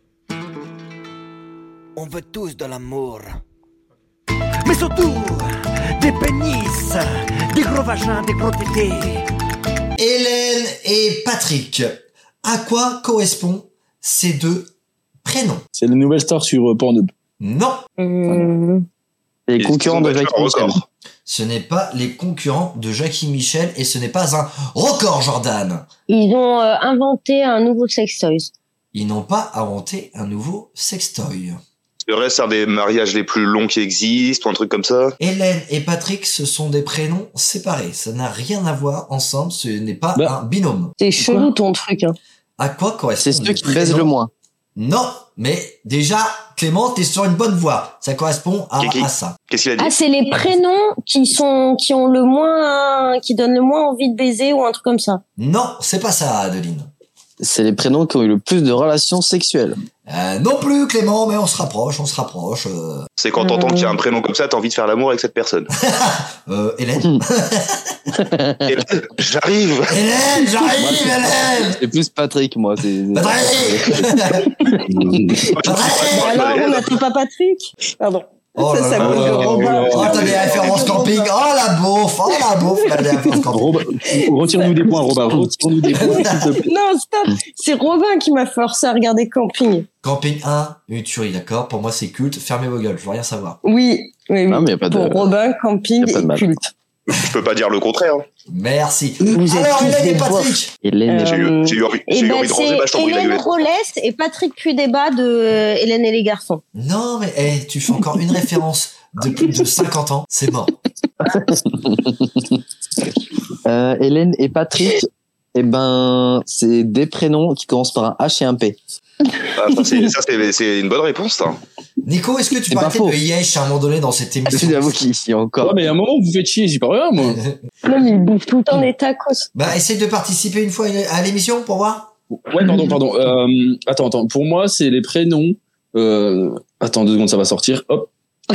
On veut tous de l'amour. Mais surtout, des pénis, des gros vagins, des gros tétés. Hélène et Patrick. À quoi correspondent ces deux prénoms? C'est la nouvelle star sur euh, Pornhub. Non, Hum, Les Ils concurrents ont de battu Jacques un Michel. record. ce n'est pas les concurrents de Jackie Michel et ce n'est pas un record, Jordan. Ils ont euh, inventé un nouveau sextoys. Ils n'ont pas inventé un nouveau sextoy. Le reste, c'est un des mariages les plus longs qui existent, ou un truc comme ça. Hélène et Patrick, ce sont des prénoms séparés. Ça n'a rien à voir ensemble. Ce n'est pas Bah. un binôme. C'est chelou ton truc. Hein. À quoi C'est correspondent ceux les qui baisent prénoms? le moins. Non, mais déjà, Clément, t'es sur une bonne voie. Ça correspond à, Kiki. à ça. Qu'est-ce qu'il a dit? Ah, c'est les prénoms qui sont qui ont le moins qui donnent le moins envie de baiser ou un truc comme ça. Non, c'est pas ça, Adeline. C'est les prénoms qui ont eu le plus de relations sexuelles. Euh, non plus, Clément, mais on se rapproche, on se rapproche. Euh, C'est quand t'entends qu'il y a un prénom comme ça, t'as envie de faire l'amour avec cette personne. euh, Hélène. Et là, j'arrive. Hélène, j'arrive, Hélène. C'est plus Patrick, moi. C'est... Patrick. Patrick. Alors, on n'attend pas Patrick. Pardon. Oh ça, là ça là. bouge de Robin. Oh, t'as des références camping. Oh la bouffe, oh la bouffe, la des références camping. Robin, retire-nous des points, Robin. Retire-nous des points, s'il te plaît. Non, stop. C'est Robin qui m'a forcé à regarder Camping. Camping un, une tuerie, d'accord. Pour moi, c'est culte. Fermez vos gueules, je veux rien savoir. Oui, oui, oui. Non, mais y a pas de- Pour Robin, Camping y a pas de est mal. culte. Je peux pas dire le contraire. Merci. Vous êtes Alors, tous Hélène des et Patrick. Hélène et J'ai eu, j'ai eu envie, Et j'ai eu ben, envie de ranger ma c'est chambre. il a Hélène gueulé. Rollès et Patrick Puy-Débat de euh, Hélène et les garçons. Non, mais hey, tu fais encore une référence de plus de cinquante ans. C'est mort. Euh, Hélène et Patrick, eh ben, c'est des prénoms qui commencent par un H et un P. Ah, ça, c'est, ça, c'est, c'est une bonne réponse, ça. Nico, est-ce que tu C'est peux pas arrêter faux. de yesh à un moment donné dans cette émission? J'avoue qu'il y a encore. Ouais, mais à un moment, vous faites chier, j'y peux rien, moi. Non, mais il bouffe tout le temps des tacos. Bah, essaye de participer une fois à l'émission pour voir. Ouais, pardon, pardon. Euh, attends, attends. Pour moi, c'est les prénoms. Euh, attends deux secondes, ça va sortir. Hop.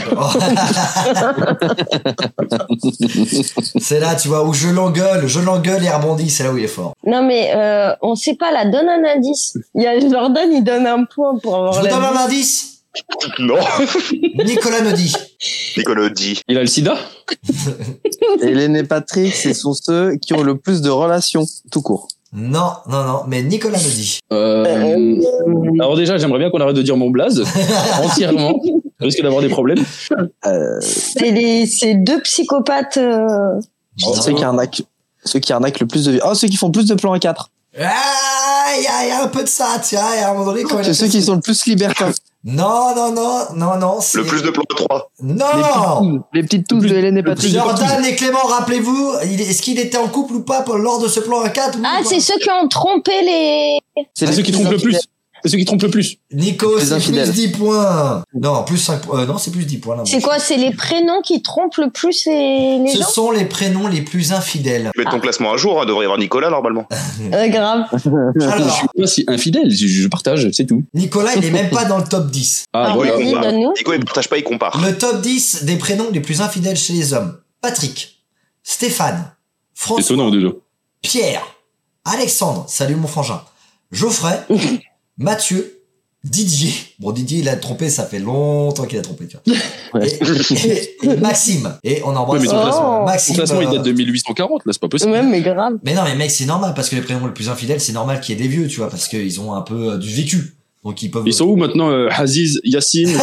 C'est là, tu vois, où je l'engueule, je l'engueule et il rebondit, c'est là où il est fort. Non, mais euh, on sait pas, là, donne un indice. Il y a Jordan, il donne un point pour avoir Je vous la donne vie. un indice. Non. Nicolas nous dit. Nicolas dit. Il a le sida? Hélène et Patrick, ce sont ceux qui ont le plus de relations, tout court. Non, non, non, mais Nicolas nous dit. Euh, alors déjà, j'aimerais bien qu'on arrête de dire mon blaze entièrement. Je risque d'avoir des problèmes. Euh, C'est les, c'est deux psychopathes. Euh... ceux qui arnaquent, ceux qui arnaquent le plus de, oh, ceux qui font plus de plans à quatre. Ah, il y, a- il y a un peu de ça, tiens, il y a un moment donné quand il a C'est fait ceux qui ça. sont le plus libertins. Non, non, non, non, non, c'est... Le plus de plans trois. Les Non. petites, les petites tousses de Hélène et Patrick. Jordan et Clément, rappelez-vous, il- est-ce qu'il était en couple ou pas pour- lors de ce plan à quatre? Ah, c'est ceux qui ont trompé les... C'est C'est les ceux qui plus trompent le plus. infidèles. C'est ceux qui trompent le plus. Nico, Les c'est infidèles. plus dix points. Non, plus cinq points. Euh, non, c'est plus dix points là. C'est quoi? C'est les prénoms qui trompent le plus les, les Ce gens? sont les prénoms les plus infidèles. Mets ton classement un jour, hein, devrait y avoir Nicolas normalement. Euh, grave. Je Alors, suis pas si infidèle, je, je partage, c'est tout. Nicolas, il est même pas dans le top dix. Ah, Alors, voilà. vas-y, compare. donne-nous. Nico, il partage pas, il compare. Le top dix des prénoms les plus infidèles chez les hommes. Patrick, Stéphane, C'est François, étonnant déjà. Pierre, Alexandre, salut mon frangin, Geoffrey, Mathieu, Didier. Bon, Didier, il a trompé, ça fait longtemps qu'il a trompé, tu vois. Ouais. Et, et- et Maxime. Et on embrasse Ouais, mais son Oh. classement, son Maxime. classement, il euh, date de mille huit cent quarante, là, c'est pas possible. Ouais, mais grave. Mais non, mais mec, c'est normal, parce que les prénoms les plus infidèles, c'est normal qu'il y ait des vieux, tu vois, parce qu'ils ont un peu euh, du vécu. Donc ils peuvent... Ils sont où maintenant, euh, Aziz, Yacine?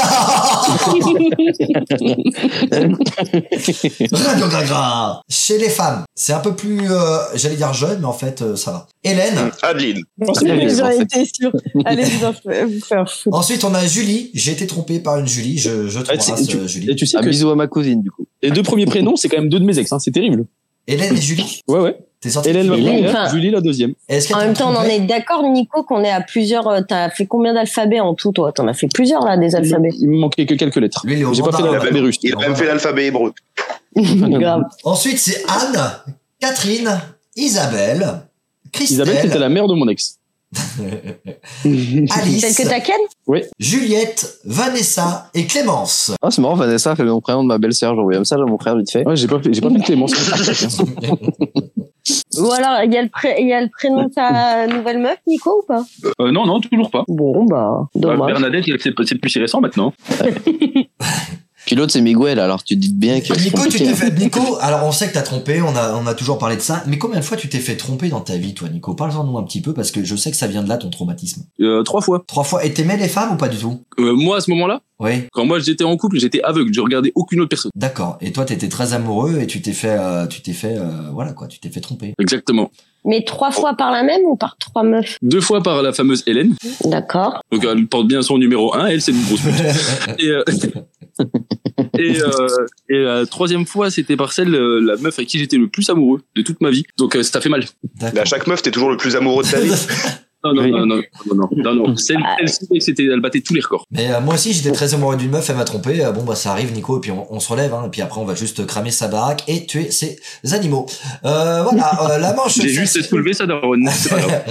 Radio Gaga. Chez les femmes, c'est un peu plus, euh, j'allais dire jeune, mais en fait, euh, ça va. Hélène. Adeline. J'en étais sûre. Allez, vous en fa- vous faire foutre. Ensuite, on a Julie. J'ai été trompé par une Julie. Je, je Ah, tu sais- t'embrasse, tu- euh, Et Julie. tu sais Un que bisou à ma cousine, du coup. les deux premiers prénoms, c'est quand même deux de mes ex, hein, c'est terrible. Hélène et Julie. Ouais, ouais. T'es sorti. Hélène la Hélène, première, enfin, Julie la deuxième. Est-ce qu'elle En t'a même temps, on en trompé est d'accord, Nico, qu'on est à plusieurs. euh, T'as fait combien d'alphabets en tout, toi? T'en as fait plusieurs là, des alphabets. Il me manquait que quelques lettres. Lui, il est au J'ai pas fait mandarin. l'alphabet russe. Il a même fait l'alphabet hébreu. Grave. Ensuite, c'est Anne, Catherine, Isabelle, Christelle, Isabelle, c'était la mère de mon ex. Celle Alice, que t'as ken? Juliette, Vanessa et Clémence. Ah, c'est marrant, Vanessa fait le nom prénom de ma belle-sœur. J'ai envoyé un message à mon frère vite fait. Ouais, j'ai pas fait, j'ai pas fait de Clémence. Ou alors, il y a le pré- il y a le prénom de ta nouvelle meuf, Nico, ou pas? euh, non, non, toujours pas. Bon, bah, Bah, dommage. Bernadette, c'est, c'est plus si récent maintenant. Puis l'autre, c'est Miguel, alors tu te dis bien que c'est Nico, tu compliqué. t'es fait. Nico, alors on sait que t'as trompé, on a, on a toujours parlé de ça, mais combien de fois tu t'es fait tromper dans ta vie, toi, Nico? Parle-en nous un petit peu, parce que je sais que ça vient de là, ton traumatisme. Euh, trois fois. Trois fois. Et t'aimais les femmes ou pas du tout? Euh, moi, à ce moment-là, Oui. quand moi j'étais en couple, j'étais aveugle. Je regardais aucune autre personne. D'accord. Et toi, t'étais très amoureux et tu t'es fait, euh, tu t'es fait, euh, voilà quoi, tu t'es fait tromper. Exactement. Mais trois fois par la même ou par trois meufs? Deux fois par la fameuse Hélène. D'accord. Donc elle porte bien son numéro un. Elle, c'est une grosse pute. Et, euh, et, euh, et la troisième fois, c'était par celle, euh, la meuf avec qui j'étais le plus amoureux de toute ma vie. Donc euh, ça fait mal. D'accord. Mais à chaque meuf, t'es toujours le plus amoureux de ta vie. Non, non, Oui. non, non, non, non, non, non. Celle, celle-ci, c'était, elle battait tous les records. Mais euh, moi aussi, j'étais très amoureux d'une meuf, elle m'a trompé. Euh, bon, bah ça arrive, Nico, et puis on, on se relève, hein, et puis après on va juste cramer sa baraque et tuer ses animaux. Euh, voilà, euh, la manche. J'ai juste soulevé sa daronne. C'est pas grave.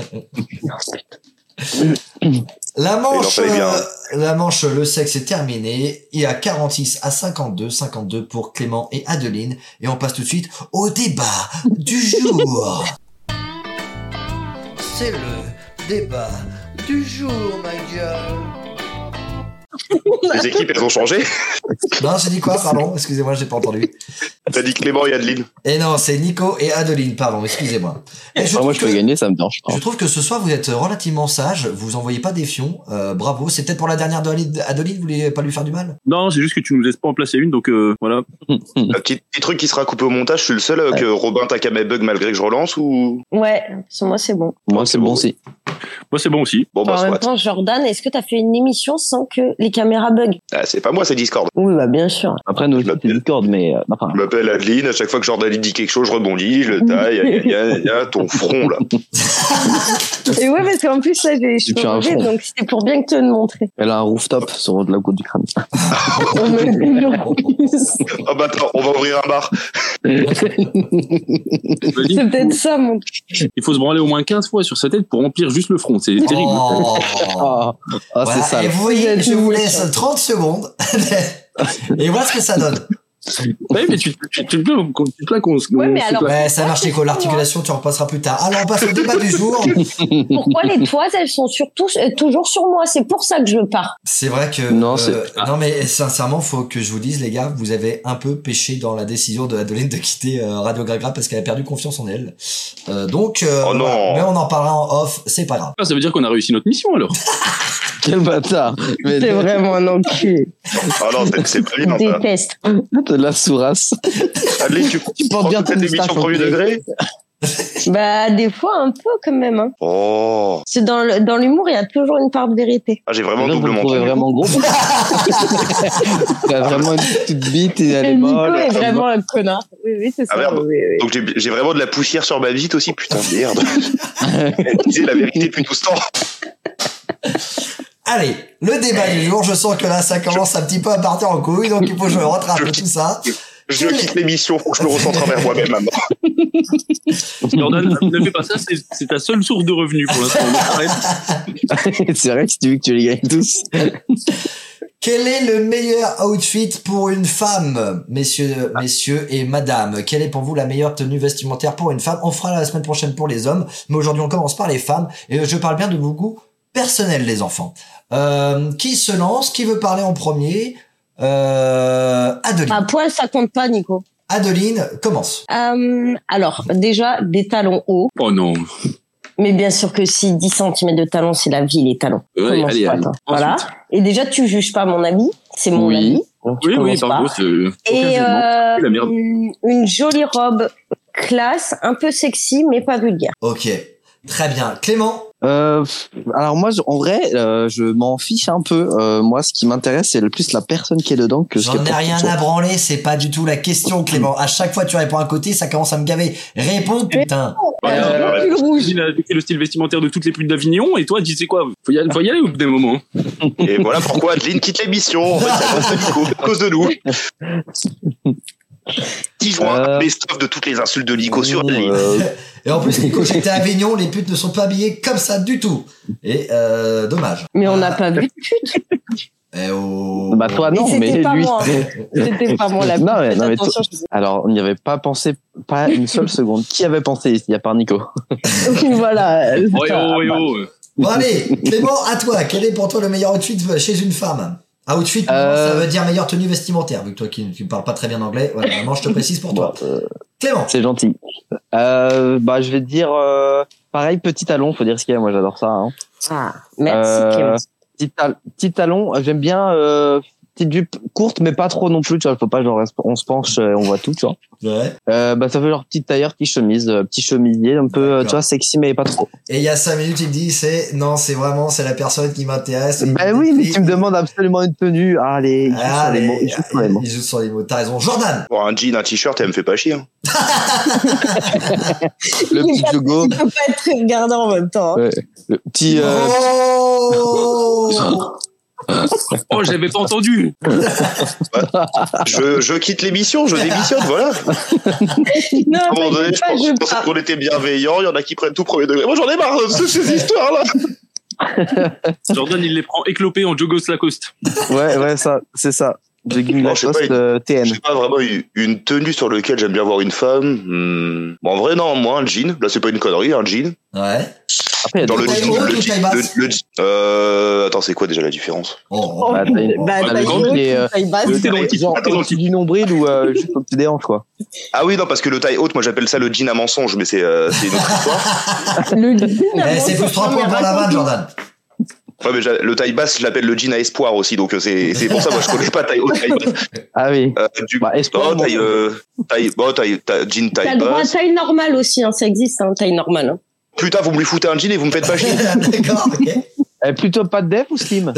La manche, Il en fallait bien. euh, la manche, le sexe est terminé. Il y a quarante-six à cinquante-deux, cinquante-deux pour Clément et Adeline. Et on passe tout de suite au débat du jour. C'est le débat du jour, ma gueule. Les équipes, elles ont changé. Non, j'ai dit quoi, pardon? Excusez-moi, j'ai pas entendu. T'as dit Clément et Adeline. Et non, c'est Nico et Adeline, pardon, excusez-moi. Et je, Ah, moi, trouve je peux que, gagner, ça me dérange pas. je trouve que ce soir, vous êtes relativement sage, vous envoyez pas des fions, euh, bravo. C'est peut-être pour la dernière d'Adeline, Adeline, vous voulez pas lui faire du mal? Non, c'est juste que tu nous laisses pas en placer une, donc euh, voilà. Un petit, petit truc qui sera coupé au montage. Je suis le seul euh, que Robin t'a qu'à bug malgré que je relance ou. Ouais, sur moi, c'est bon. Moi, c'est bon aussi. Moi, c'est bon aussi. Bon, bah, en même soit. temps, Jordan, est-ce que t'as fait une émission sans que les caméras bug? Ah, c'est pas moi, c'est Discord. Oui, bah, bien sûr. Après, nous, Je c'est m'appelle- Discord, mais, euh, enfin, Je m'appelle Adeline. À chaque fois que Jordan dit quelque chose, je rebondis, je le taille. Y a, y a, y a ton front, là. Et ouais, parce qu'en plus, là, j'ai les Et cheveux puis un relevés, front. donc c'était pour bien que te le montrer. elle a un rooftop sur la côte du crâne. On me le dit en plus. Oh, bah, attends, on va ouvrir un bar. Vas-y, C'est peut-être ça, mon. il faut se branler au moins quinze fois sur sa tête pour remplir juste le front. C'est terrible. Oh. Ah, ah Voilà. c'est ça. Et vous voyez, je vous laisse trente secondes. Et voilà ce que ça donne. Ouais, mais tu, tu, tu, tu, tu plains qu'on se. Ouais, mais on se alors- plaint. Ouais, ça marche, Nico. L'articulation, tu en repasseras plus tard. Alors, on passe au débat du jour. Pourquoi les toises, elles sont surtout, euh, toujours sur moi? C'est pour ça que je pars. C'est vrai que Non, euh, c'est- non mais sincèrement faut que je vous dise les gars, vous avez un peu péché dans la décision de Adeline de quitter euh, Radio Gragra parce qu'elle a perdu confiance en elle. Euh, donc euh, Oh non. voilà. Mais on en parlera en off, c'est pas grave. Ah, ça veut dire qu'on a réussi notre mission alors. Quel bâtard. Mais C'est vraiment un enculé. Ah non, c'est- c'est pas Je bien, ça. déteste. de la sourasse. Adeline, tu, Tu portes bien cette ton émission moustache, premier en plus. degré? Bah, des fois, un peu, quand même, hein. Oh. C'est dans le- dans l'humour, il y a toujours une part de vérité. Ah, j'ai vraiment Là, vous doublement le trouvez entendu. vraiment gros. Il a vraiment une petite bite et elle Et est Nico molle. est vraiment un connard. Oui, oui, c'est ça. Ah, merde. oui, oui. Donc j'ai j'ai vraiment de la poussière sur ma bite aussi, putain merde. Elle disait la vérité depuis tout ce temps. Allez, le débat du jour, je sens que là ça commence un petit peu à partir en couille, donc il faut que je rattrape tout ça. Je quitte l'émission, faut que je me recentre vers moi-même maintenant. Jordan, ne fais pas ça, c'est, c'est ta seule source de revenus pour l'instant. Donc, arrête. C'est vrai que si tu veux que tu les gagnes tous. Quel est le meilleur outfit pour une femme, messieurs, messieurs et madame? Quelle est pour vous la meilleure tenue vestimentaire pour une femme? On fera la semaine prochaine pour les hommes, mais aujourd'hui on commence par les femmes, et je parle bien de vos goûts personnels, les enfants. Euh, qui se lance? Qui veut parler en premier? Euh, Adeline. À poil, ça compte pas, Nico. Adeline, commence. Euh, alors, déjà, des talons hauts. Oh non. Mais bien sûr que si dix centimètres de talons, c'est la vie, les talons. Ouais, Commence allez, pas, allez. toi. Voilà. Ensuite. Et déjà, tu juges pas mon avis. C'est mon Oui. avis. Donc, tu Oui, oui, commences pardon, pas. c'est. aucun Et jugement. euh, La merde. une, une jolie robe classe, un peu sexy, mais pas vulgaire. Ok. Très bien. Clément? Euh, alors moi, je- en vrai, euh, je m'en fiche un peu. Euh, moi, ce qui m'intéresse, c'est le plus la personne qui est dedans que ce qui J'en est ai rien à branler, c'est pas du tout la question, Clément. À chaque fois, tu réponds à côté, ça commence à me gaver. Réponds, putain. Ouais, Euh, ouais, pull rouge. Il a décrit le style vestimentaire de toutes les putes d'Avignon, et toi, tu sais quoi? Faut y aller, faut y aller au bout d'un moment. Et voilà pourquoi Adeline quitte l'émission. En fait, c'est à cause de Nico, à cause de nous. dix juin, Euh. best-of de toutes les insultes de Nico sur Adeline. Euh, Et en plus, Nico, j'étais à Avignon, les putes ne sont pas habillées comme ça du tout. Et euh, dommage. Mais on n'a Ah, pas vu de pute. eh oh. bah toi non, Mais mais, c'était pas lui. moi. C'était pas moi la pute. Non, mais- Faites non, mais attention, je- Alors, on n'y avait pas pensé, pas une seule seconde. Qui avait pensé ici, à part Nico? voilà. Oh, oh, oh, oh. Bon, allez, Clément, à toi. Quel est pour toi le meilleur outfit chez une femme? Ah, outfit, Euh. ça veut dire meilleure tenue vestimentaire, vu que toi qui ne parles pas très bien anglais. Voilà, vraiment, je te précise pour toi. Euh, Clément. C'est gentil. Euh, bah, je vais te dire, euh, pareil, petit talon, faut dire ce qu'il y a. Moi, j'adore ça. Hein. Ah, merci Euh, Clément. Petit, tal- petit talon, j'aime bien. Euh, petite jupe courte, mais pas trop non plus. Tu vois, faut pas genre on se penche, et on voit tout. Tu vois. Ouais. Euh, bah, ça fait genre petite tailleur, petite chemise, euh, petit chemisier, un peu, euh, D'accord. tu vois, sexy mais pas trop. Et il y a cinq minutes, il me dit, c'est, non, c'est vraiment, c'est la personne qui m'intéresse. Et il Ben me oui, mais décrit- tu me demandes absolument une tenue. Ah, allez, il joue Ah, sur les allez, mots. Il joue sur les mots. il joue sur les mots. T'as raison. Jordan. Bon, un jean, un t-shirt, elle me fait pas chier. Hein. Le petit jogo, Il peut pas être très regardant en même temps. hein. ouais, le petit. Euh, Oh Oh, je l'avais pas entendu. Je, je quitte l'émission, je démissionne, voilà. Non, À un moment mais donné, je pas, pense- je je pensais pars. qu'on était bienveillants, il y en a qui prennent tout premier degré. Moi, j'en ai marre de ces histoires-là. Jordan, il les prend éclopés en jogos Lacoste. ouais, ouais, ça, c'est ça. Jogging Non, je sais pas, Lacoste il- euh, T N. J'ai pas vraiment eu une tenue sur laquelle j'aime bien voir une femme. Hmm. Bon, en vrai, non, moi, un jean. Là, c'est pas une connerie, un jean. Ouais. Après, il y a Dans des le taille jean, haute le ou jean, taille basse le, le jean. Euh, attends, c'est quoi déjà la différence? Oh. Bah, taille- Bah, bah, taille le haute, jean, il est, euh, taille basse. le- T'es dans le titre, genre t'es dans le au-dessus du nombril ou euh, juste au-dessus des hanches, quoi. Ah oui, non, parce que le taille haute, moi, j'appelle ça le jean à mensonge, mais c'est euh, c'est une autre histoire. Le Eh, c'est plus trois points pour la vanne, Jordan. Ouais, mais j'a- le taille basse, je l'appelle le jean à espoir aussi, donc euh, c'est c'est pour ça, moi, je connais pas taille haute, taille basse. Ah oui. Euh, du Bah, espoir, non, taille, bon. euh, taille, bon, taille, taille, jean T'as taille le droit à basse. taille normale aussi, hein, ça existe, hein, taille normale. hein. Putain, vous me lui foutez un jean et vous me faites pas chier. D'accord, ok. Eh, plutôt pas de def ou slim?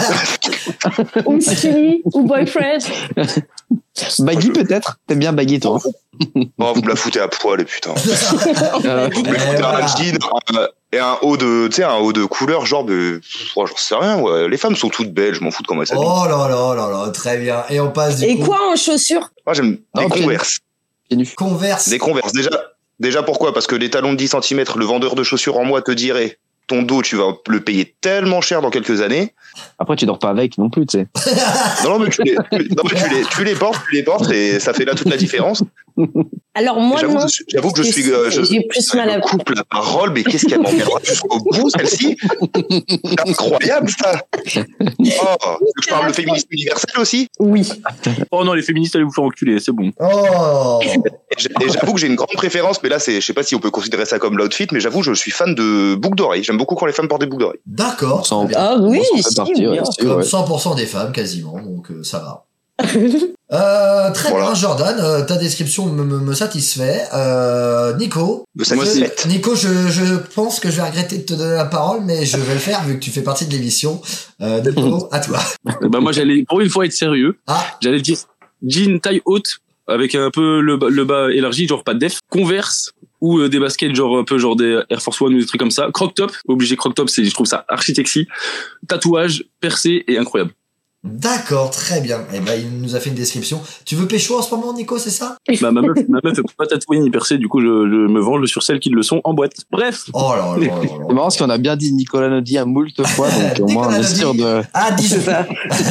Ou skinny, ou boyfriend. Baggy peut-être. T'aimes bien baggy, toi. Oh, vous me la foutez à poil, putain. Euh, Vous me Eh, foutez voilà. un jean euh, et un haut de, tu sais, un haut de couleur, genre de, oh, j'en sais rien, ouais. Les femmes sont toutes belles, je m'en fous de comment elles s'habillent. Oh là là là là, très bien. Et on passe du Et coup. quoi en chaussures? Moi, j'aime Non, des pieds nus. Converse. pieds nus. Converse. Des Converse. Déjà, déjà pourquoi? Parce que les talons de dix centimètres, le vendeur de chaussures en moi te dirait, ton dos, tu vas le payer tellement cher dans quelques années. Après, tu dors pas avec non plus, tu sais. Non, non, mais tu les, tu- non, mais tu les, tu les portes, tu les portes et ça fait là toute la différence. Alors moi J'avoue non. que je suis- j'avoue que je suis, euh, je- J'ai plus mal à Je coupe la parole, mais qu'est-ce qu'elle m'emmènera jusqu'au bout, celle-ci? C'est incroyable, ça! Oh, je parle de féminisme universel aussi? Oui. Oh non, les féministes, allez vous faire enculer, c'est bon. Oh. Et j'ai- et j'avoue que j'ai une grande préférence, mais là, c'est, je sais pas si on peut considérer ça comme l'outfit, mais j'avoue, je suis fan de boucles d'oreilles. J'aime beaucoup quand les femmes portent des boucles d'oreilles. D'accord. Ça en- très bien. Ah oui, Ça en fait si, partie, ouais, bien. si, Comme ouais. cent pour cent des femmes, quasiment, donc euh, ça va. Euh, très Voilà. bien, Jordan. euh, ta description me, me, me satisfait. Euh, Nico. Me Moi, je- satisfait. Nico, je, je pense que je vais regretter de te donner la parole, mais je vais le faire vu que tu fais partie de l'émission. Euh, Nico, à toi. Bah moi, j'allais pour une fois être sérieux. Ah, J'allais dire jean taille haute avec un peu le bas, le bas élargi, genre pas de def, Converse ou euh, des baskets genre un peu genre des Air Force One ou des trucs comme ça, croc top, obligé croc top, c'est je trouve ça archi sexy, tatouage percé et incroyable. d'accord, très bien. Eh ben, il nous a fait une description. Tu veux pécho en ce moment, Nico, c'est ça? Bah, ma meuf, ma meuf est pas tatouée ni percée, du coup je, je me venge sur celles qui le sont en boîte. Bref. Oh là là là là là. C'est marrant parce qu'on a bien dit Nicolas Nodi un moult fois, donc au moins on Nicolas est sûr Nodi. de. Ah, dis C'est ça.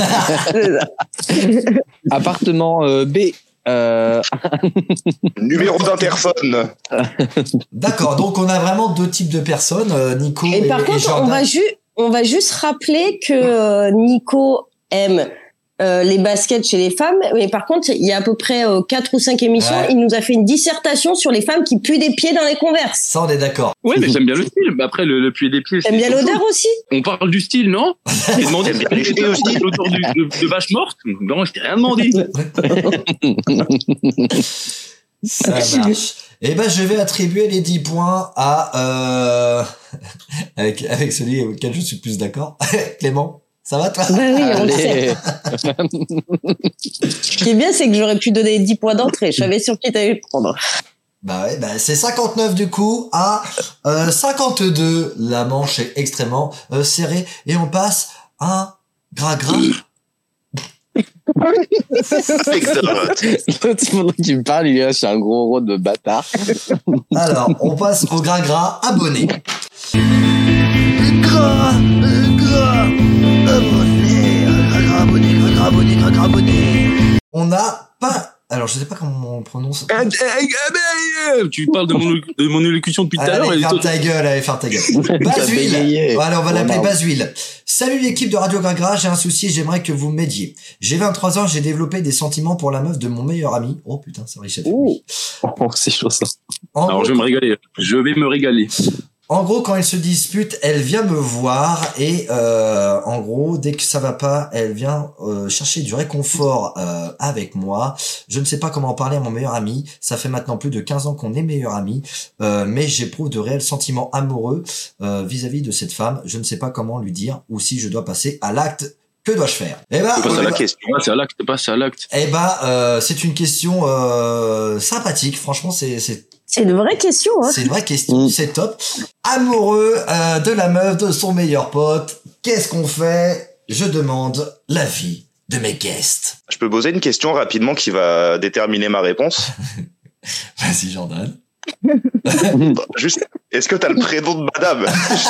Appartement euh, B. Euh, Numéro d'interphone. D'accord, donc on a vraiment deux types de personnes, euh, Nico et, Et par et contre, Jordan. on va, ju on va juste rappeler que euh, Nico aime euh, les baskets chez les femmes, mais par contre, il y a à peu près euh, quatre ou cinq émissions, Ouais. il nous a fait une dissertation sur les femmes qui puent des pieds dans les Converse. Ça, on est d'accord. Ouais, mais j'aime bien le style. Mais après, le, le puits des pieds. T'aimes c'est bien autre l'odeur chose. aussi? On parle du style, non? J'ai demandé J'aime bien les pieds aussi. l'odeur du- de, de vache morte. Non, je t'ai rien demandé. Ça marche. Eh ben, je vais attribuer les dix points à, euh, avec, avec celui auquel je suis plus d'accord. Clément, ça va, toi? Bah oui, on le sait. Ce qui est bien, c'est que j'aurais pu donner dix points d'entrée. Je savais sur qui t'allais le prendre. Bah ouais, bah c'est cinquante-neuf du coup à euh, cinquante-deux. La manche est extrêmement euh, serrée et on passe à un gras-gras. Pendant qu'il me parle, il est là, c'est un gros rôle de bâtard. Alors, on passe au gras-gras abonné. Gras, gras, abonné, gras, abonné, gras, abonné, gras, abonné. On n'a pas... Alors, je sais pas comment on le prononce. Tu parles de mon, de mon élocution depuis tout à l'heure. Allez, et ferme toi- ta gueule, allez, ferme ta gueule. bégayé. Bashuil. Allez, on va Oh, l'appeler non. Bashuil. Salut l'équipe de Radio Gragra, j'ai un souci, j'aimerais que vous m'aidiez. J'ai vingt-trois ans, j'ai développé des sentiments pour la meuf de mon meilleur ami. Oh putain, c'est vrai, chef. Oh, oh c'est chaud ça. En Alors gros, je vais me régaler. Je vais me régaler. En gros, quand elle se dispute, elle vient me voir et euh, en gros, dès que ça va pas, elle vient euh, chercher du réconfort euh, avec moi. Je ne sais pas comment en parler à mon meilleur ami. Ça fait maintenant plus de quinze ans qu'on est meilleurs amis, euh, mais j'éprouve de réels sentiments amoureux euh, vis-à-vis de cette femme. Je ne sais pas comment lui dire ou si je dois passer à l'acte. Que dois-je faire? Eh ben, C'est eh pas la ben, question. Ah, c'est à l'acte, pas c'est à l'acte. eh ben, euh, c'est une question euh, sympathique. Franchement, c'est c'est C'est une vraie question, hein. C'est une vraie question, Mm. c'est top. Amoureux euh, de la meuf de son meilleur pote, qu'est-ce qu'on fait? Je demande l'avis de mes guests. Je peux poser une question rapidement qui va déterminer ma réponse. Vas-y Jordan. Juste, est-ce que t'as le prénom de madame?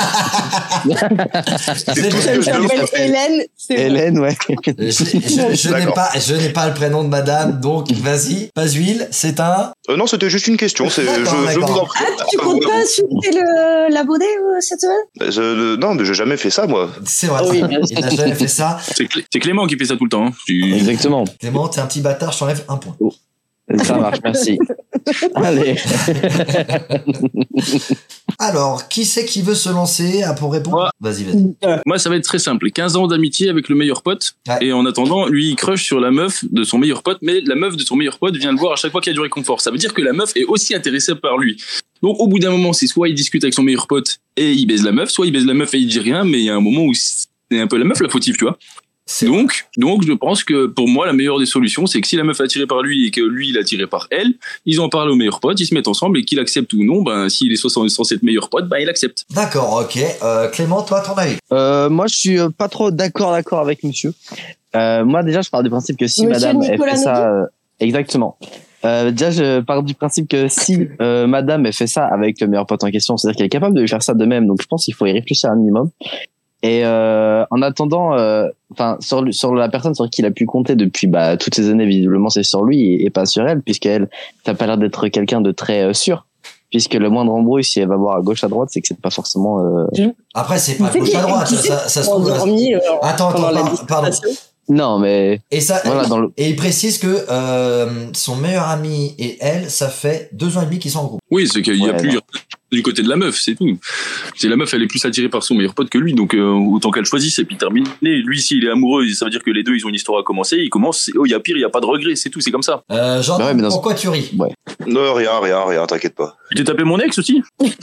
C'est tout ce que Elle je demande. s'appelle Hélène. C'est Hélène, ouais. Je, je, je n'ai D'accord. pas, je n'ai pas le prénom de madame, donc vas-y. Bashuil, c'est un. Euh, non, c'était juste une question. C'est, je, D'accord, je vous d'accord. en prie. Ah, tu comptes pas insulter le, l'abonné euh, cette semaine? Je- non, mais j'ai jamais fait ça, moi. C'est vrai. Oui, ça. bien sûr. Il n'a jamais fait ça. C'est Clé- c'est Clément qui fait ça tout le temps. Hein. Tu- Exactement. Clément, t'es un petit bâtard, je t'enlève un point. Ça marche, merci. Allez. Alors, qui c'est qui veut se lancer ah, pour répondre? Moi. Vas-y, vas-y. Moi, ça va être très simple. quinze ans d'amitié avec le meilleur pote. Ouais. Et en attendant, lui, il crush sur la meuf de son meilleur pote. Mais la meuf de son meilleur pote vient le voir à chaque fois qu'il y a du réconfort. Ça veut dire que la meuf est aussi intéressée par lui. Donc, au bout d'un moment, c'est soit il discute avec son meilleur pote et il baise la meuf, soit il baise la meuf et il dit rien. Mais il y a un moment où c'est un peu la meuf la fautive, tu vois. C'est Donc, donc, je pense que pour moi, la meilleure des solutions, c'est que si la meuf est attirée par lui et que lui, il est attiré par elle, ils en parlent au meilleur pote, ils se mettent ensemble et qu'il accepte ou non, ben, s'il est censé censé être meilleur pote, ben, il accepte. D'accord, ok. Euh, Clément, toi, ton avis? Euh, moi, je suis euh, pas trop d'accord, d'accord avec monsieur. Euh, moi, déjà, je pars du principe que si Monsieur madame elle Nicolas fait ça, euh, exactement. Euh, déjà, je pars du principe que si euh, madame elle fait ça avec le meilleur pote en question, c'est-à-dire qu'elle est capable de lui faire ça de même. Donc, je pense qu'il faut y réfléchir un minimum. Et euh, en attendant, enfin euh, sur sur la personne sur qui il a pu compter depuis bah toutes ces années, visiblement c'est sur lui et, et pas sur elle, puisqu'elle t'as pas l'air d'être quelqu'un de très euh, sûr. Puisque le moindre embrouille, si elle va voir à gauche à droite, c'est que c'est pas forcément. Euh... Après, c'est pas Tu sais gauche à qu'il- droite. tu Ça, sais ça, ça se qu'on trouve. a dormi, euh, Attends, pendant attends, la pardon, pardon. disputation. Non, mais Et ça, voilà dans le. et il précise que euh, son meilleur ami et elle, ça fait deux ans et demi qu'ils sont en groupe. Oui, c'est qu'il y a Ouais, plus non. du côté de la meuf, c'est tout. C'est la meuf, elle est plus attirée par son meilleur pote que lui, donc euh, autant qu'elle choisisse et puis terminer. Lui, s'il est amoureux, ça veut dire que les deux, ils ont une histoire à commencer. Ils commencent, oh, il y a pire, il y a pas de regret, c'est tout, c'est comme ça. Euh, Jordan, Bah ouais, mais dans- pourquoi tu ris? Non, rien, rien, rien, t'inquiète pas. Tu t'es tapé mon ex aussi?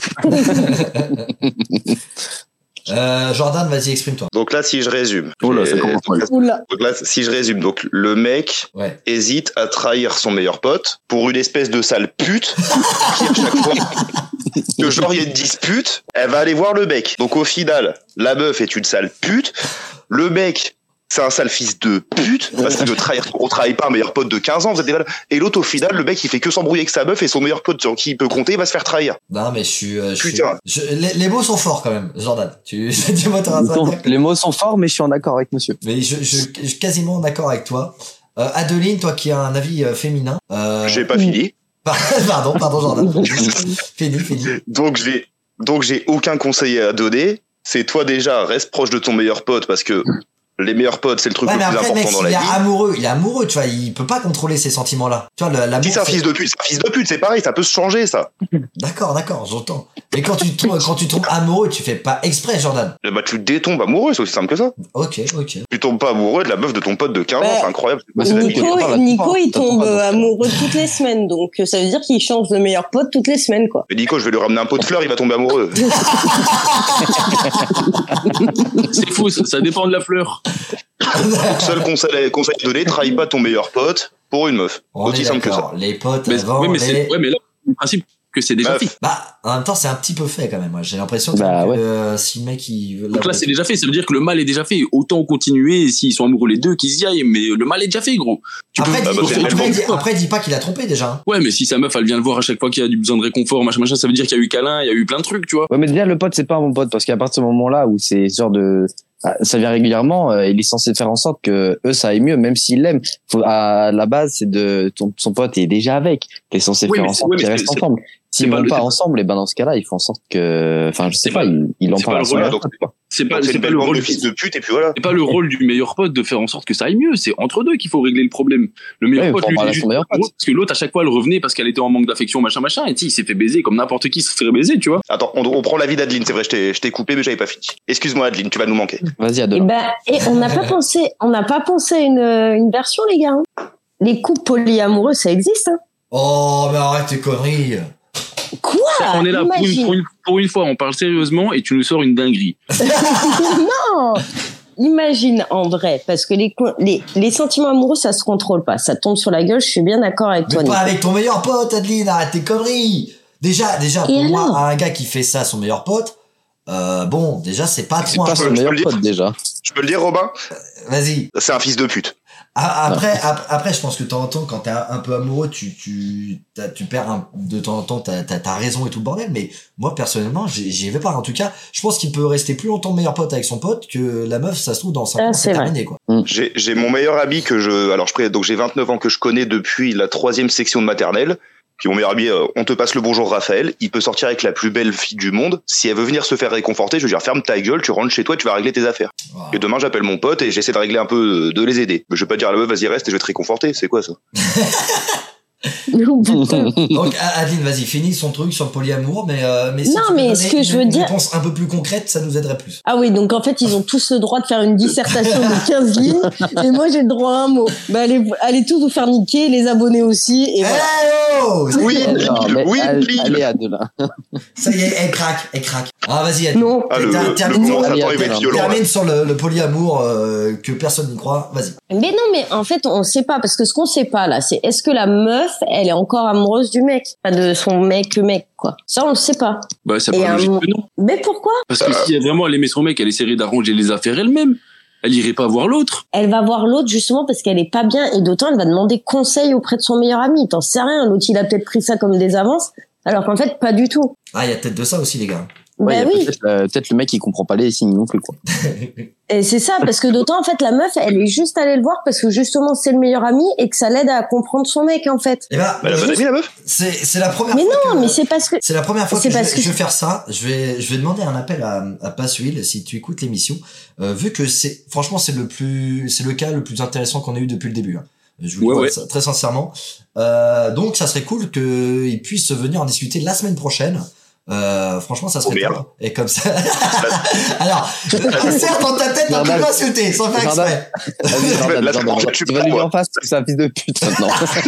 euh, Jordan, vas-y, exprime-toi. Donc là, si je résume. Oh là, ça Et- commence mal. Oula. Donc là, si je résume, donc le mec Ouais. hésite à trahir son meilleur pote pour une espèce de sale pute qui à chaque fois que genre il y a une dispute, elle va aller voir le mec. Donc au final, la meuf est une sale pute, le mec c'est un sale fils de pute parce qu'il veut trahir. On trahit pas un meilleur pote de quinze ans, vous êtes des malades. Et l'autre au final, le mec il fait que s'embrouiller avec sa meuf et son meilleur pote sur qui il peut compter il va se faire trahir. Non, mais je suis. Euh, je Putain. suis- je- les, les mots sont forts quand même, Jordan. Tu, dis-moi ton Les mots- Les mots sont forts, mais je suis en accord avec monsieur. Mais je, je, je suis quasiment d'accord avec toi. Euh, Adeline, toi qui as un avis euh, féminin. Euh... J'ai pas fini. Pardon, pardon, Jordan. Fini, fini. Donc j'ai donc j'ai aucun conseil à donner. C'est toi déjà, reste proche de ton meilleur pote parce que Les meilleurs potes, c'est le truc Ouais, le mais plus après, important mec, dans s'il la est vie. amoureux, il est amoureux, tu vois, il peut pas contrôler ces sentiments-là. Tu vois, le- l'amour. Si c'est un c'est- fils de pute, c'est un fils de pute, c'est pareil, ça peut se changer, ça. D'accord, d'accord, j'entends. Mais quand tu tombes, quand tu tombes amoureux, tu fais pas exprès, Jordan. Bah, tu détombes amoureux, c'est aussi simple que ça. Ok, ok. Tu tombes pas amoureux de la meuf de ton pote de quinze ans, Bah, c'est incroyable. C'est quoi, bah, c'est la c'est vie. Nico, Nico, Nico, il t'attends tombe pas, donc, euh. amoureux toutes les semaines, donc euh, ça veut dire qu'il change de meilleur pote toutes les semaines, quoi. Mais Nico, je vais lui ramener un pot de fleurs, il va tomber amoureux. C'est faux, ça, ça dépend de la fleur. Donc, seul conseil, conseil donné, trahis pas ton meilleur pote pour une meuf. On Aussi est simple que ça. d'accord. Les potes Mais, avant, ouais, mais les... c'est, ouais, mais là, le principe que c'est déjà Meuf. fait. Bah, en même temps, c'est un petit peu fait quand même. Moi, j'ai l'impression que, Bah, que, ouais. euh, si le mec il veut. Donc là, c'est déjà fait. Ça veut dire que le mal est déjà fait. Autant continuer, et s'ils sont amoureux les deux, qu'ils y aillent. Mais le mal est déjà fait, gros. Tu Après, peux- dis, bah, c'est après, tellement dis, après, dis pas qu'il a trompé déjà. hein. Ouais, mais si sa meuf, elle vient le voir à chaque fois qu'il y a du besoin de réconfort, machin, machin, ça veut dire qu'il y a eu câlin, il y a eu plein de trucs, tu vois. Ouais, mais déjà, le pote, c'est pas un bon pote, parce qu'à partir du moment-là où c'est ce genre de, ah, ça vient régulièrement, euh, il est censé faire en sorte que eux, ça aille mieux, même s'il l'aime. Faut, à la base, c'est de, ton, son pote est déjà avec. T'es censé Oui, faire mais en c'est- sorte ouais, mais qu'ils c'est- restent c'est- ensemble. S'ils c'est pas vont le- pas c'est- ensemble, et ben, dans ce cas-là, il faut en sorte que, enfin, je sais C'est pas, pas- il, il en c'est parle pas à le son rôle, meilleur donc- pote, quoi. C'est pas, C'est c'est une pas belle le bande rôle de fils de pute, et puis voilà. C'est pas le rôle du meilleur pote de faire en sorte que ça aille mieux. C'est entre deux qu'il faut régler le problème. Le meilleur Ouais, pote, faut en lui, il parler est à juste son meilleur pote. amoureux parce que l'autre, à chaque fois, elle revenait parce qu'elle était en manque d'affection, machin, machin. Et tu sais, il s'est fait baiser comme n'importe qui se ferait baiser, tu vois. Attends, on, on prend l'avis d'Adeline, c'est vrai, je t'ai, je t'ai coupé, mais j'avais pas fini. Excuse-moi, Adeline, tu vas nous manquer. Vas-y, à Et deux. ben, et on n'a pas pensé, on n'a pas pensé à une, une version, les gars. hein. Les couples polyamoureux, ça existe. Hein. Oh, mais arrête tes conneries. Quoi On est là pour une, Imagine. pour, une, pour une fois, on parle sérieusement et tu nous sors une dinguerie. Non. Imagine en vrai, parce que les, co- les, les sentiments amoureux, ça se contrôle pas. Ça tombe sur la gueule, je suis bien d'accord avec toi. Mais pas Nico. avec ton meilleur pote, Adeline, arrête tes conneries. Déjà, déjà, pour Et moi, alors un gars qui fait ça à son meilleur pote, euh, bon, déjà, c'est pas C'est trop pas un son je peux meilleur le dire. pote, déjà. Je peux le dire, Robin? Vas-y. C'est un fils de pute. Ah, Après, ap- après, je pense que de temps en temps, quand t'es un un peu amoureux, tu, tu, t'as- tu perds un, de temps en temps ta, ta, ta raison et tout le bordel. Mais moi, personnellement, j'y j'y vais pas. En tout cas, je pense qu'il peut rester plus longtemps meilleur pote avec son pote que la meuf, ça se trouve, dans cinq Ah, ans, c'est c'est vrai. terminé, quoi. J'ai, j'ai mon meilleur ami que je, alors je pré- donc j'ai vingt-neuf ans que je connais depuis la troisième section de maternelle. Puis mon meilleur ami, euh, on te passe le bonjour Raphaël. Il peut sortir avec la plus belle fille du monde. Si elle veut venir se faire réconforter, je veux dire ferme ta gueule, tu rentres chez toi, tu vas régler tes affaires. Voilà. Et demain j'appelle mon pote et j'essaie de régler un peu, euh, de les aider. Mais je vais pas dire à la meuf vas-y reste et je vais te réconforter. C'est quoi ça? Oh, putain. Donc, A- Adeline, vas-y, finis son truc sur le polyamour, mais, euh, mais si Non, tu veux mais donner ce que une, je veux une dire- réponse un peu plus concrète, ça nous aiderait plus. Ah oui, donc en fait, ils ont tous le droit de faire une dissertation de quinze lignes, et moi j'ai le droit à un mot. Bah, allez, allez tous vous faire niquer, les abonnés aussi, et Eh voilà. oh Oui, Non, mais oui, allez, Lille. allez, à deux, là. Ça y est, elle craque, elle craque. Ah, vas-y, Adeline. Non. Ah, le, T'as- le, termine- le commentateur, Allez, il va être attends, violent. là. Termine sur le, le polyamour euh, que personne n'y croit. Vas-y. Mais non, mais en fait, on sait pas, parce que ce qu'on sait pas, là, c'est est-ce que la meuf, elle est encore amoureuse du mec? Pas de son mec, le mec, quoi. Ça, on le sait pas. Bah, ça Et paraît un logique mot- que non. Mais pourquoi? Parce que si vraiment elle aimait son mec, elle essaierait d'arranger les affaires elle-même. Elle irait pas voir l'autre. Elle va voir l'autre justement parce qu'elle est pas bien, et d'autant, elle va demander conseil auprès de son meilleur ami. T'en sais rien, l'autre, il a peut-être pris ça comme des avances, alors qu'en fait, pas du tout. Ah, il y a peut-être de ça aussi, les gars. Ouais, Bah y a oui. peut-être, euh, peut-être le mec, il comprend pas les signes non plus, quoi. Et c'est ça, parce que d'autant, en fait, la meuf, elle est juste allée le voir parce que justement, c'est le meilleur ami et que ça l'aide à comprendre son mec, en fait. Et ben, Bah, elle a pas d'amis, la meuf? c'est c'est la première Mais fois non, que- mais c'est parce que... C'est la première fois que C'est je, parce vais, que- je vais faire ça. Je vais, je vais demander un appel à, à Passwheel si tu écoutes l'émission. Euh, vu que c'est, franchement, c'est le plus, c'est le cas le plus intéressant qu'on a eu depuis le début. Hein. Je vous Ouais, le dis ouais. ça, très sincèrement. Euh, donc, ça serait cool qu'il puisse venir en discuter la semaine prochaine. Euh, franchement, ça serait Oh, merde. top. Et comme ça. Alors, insère dans ta tête un coup Jordan. d'insulter, sans faire Jordan. exprès. Vas-y, Jordan, Là, c'est Jordan, pour ça que je suis tu pas vas lui moi. en face, parce que c'est un fils de pute, maintenant.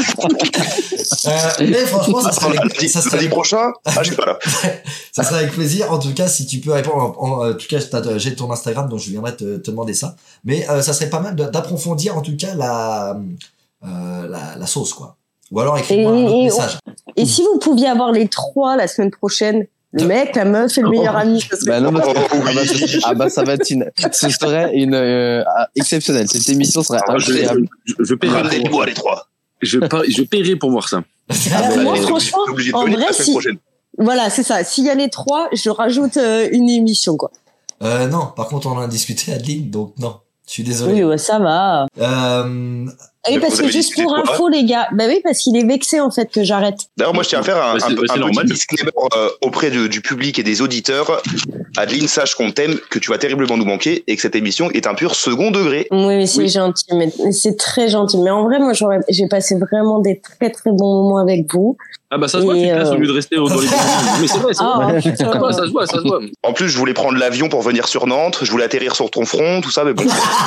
Euh, mais franchement, ça serait, avec, Lundi, ça serait lundi avec- prochain, ah, je suis pas là. ça serait avec plaisir. En tout cas, si tu peux répondre, en, en, en tout cas, t'as- j'ai ton Instagram, donc je viendrai te, te demander ça. Mais euh, ça serait pas mal de- d'approfondir, en tout cas, la, euh, la, la sauce, quoi. Ou alors écris-moi Et- un autre et- message. Et si vous pouviez avoir les trois la semaine prochaine, le mec, la meuf et le meilleur ami, ça serait... Bah non, parce que- Oh, ah, bah, oui. ah bah ça va être une, ce serait une euh, ah, exceptionnelle. Cette émission serait Ah, je, incroyable. je, je paierai pour Ramenez-les-moi, voir les trois. ça. Je, par- je paierai pour voir ça. Ah, bah, moi, les- franchement, T'es obligé de en venir vrai, la semaine si... prochaine. Voilà, c'est ça. S'il y a les trois, je rajoute euh, une émission, quoi. Euh, non, par contre, on en a discuté, Adeline, donc non. Je suis désolé. Oui, ouais, ça va. Euh, Ah oui, Vous parce que avez juste discuté pour de quoi info, les gars. Bah oui, parce qu'il est vexé, en fait, que j'arrête. D'ailleurs, moi, je tiens à faire un, Bah, c'est- un, bah, peu- c'est un normal. petit disclaimer euh, auprès de- du public et des auditeurs. Adeline, sache qu'on t'aime, que tu vas terriblement nous manquer et que cette émission est un pur second degré. Oui, mais c'est Oui. gentil, mais c'est très gentil. Mais en vrai, moi, j'aurais, j'ai passé vraiment des très très bons moments avec vous. Ah bah ça se voit, Et, tu te casses euh, au lieu de rester dans les Mais c'est vrai, c'est vrai. Ah, putain. Ça se voit, ça se voit, ça se voit. En plus, je voulais prendre l'avion pour venir sur Nantes, je voulais atterrir sur ton front, tout ça, mais bon.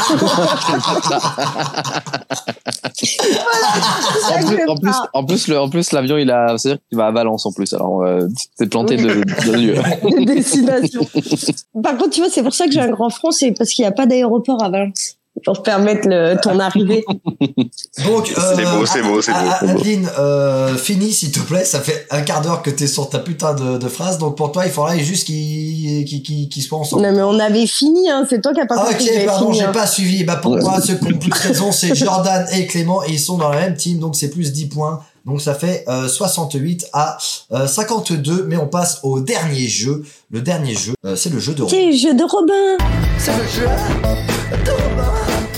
En plus, en plus, en plus, le, en plus, l'avion, il a, c'est-à-dire qu'il va à Valence en plus. Alors, euh, c'est planté de, de lieu. de destination. Par contre, tu vois, c'est pour ça que j'ai un grand front, c'est parce qu'il n'y a pas d'aéroport à Valence pour permettre le, ton arrivée. Donc, euh, C'est beau, c'est beau, c'est beau. A- A- Adeline, euh, finis s'il te plaît. Ça fait un quart d'heure que t'es sur ta putain de, de phrase. Donc pour toi, il faudrait juste qu'ils qu'ils qu'ils qu'ils soient ensemble. Non, mais on avait fini, hein. C'est toi qui as pas Ah, compris. que ok, j'avais pardon, fini, j'ai hein. pas suivi. Bah pour moi, ceux qui ont plus raison, c'est Jordan et Clément, et ils sont dans la même team, donc c'est plus dix points. Donc ça fait euh, soixante-huit à euh, cinquante-deux, mais on passe au dernier jeu. Le dernier jeu, euh, c'est le jeu de C'est le jeu de Robin. C'est le jeu de Robin.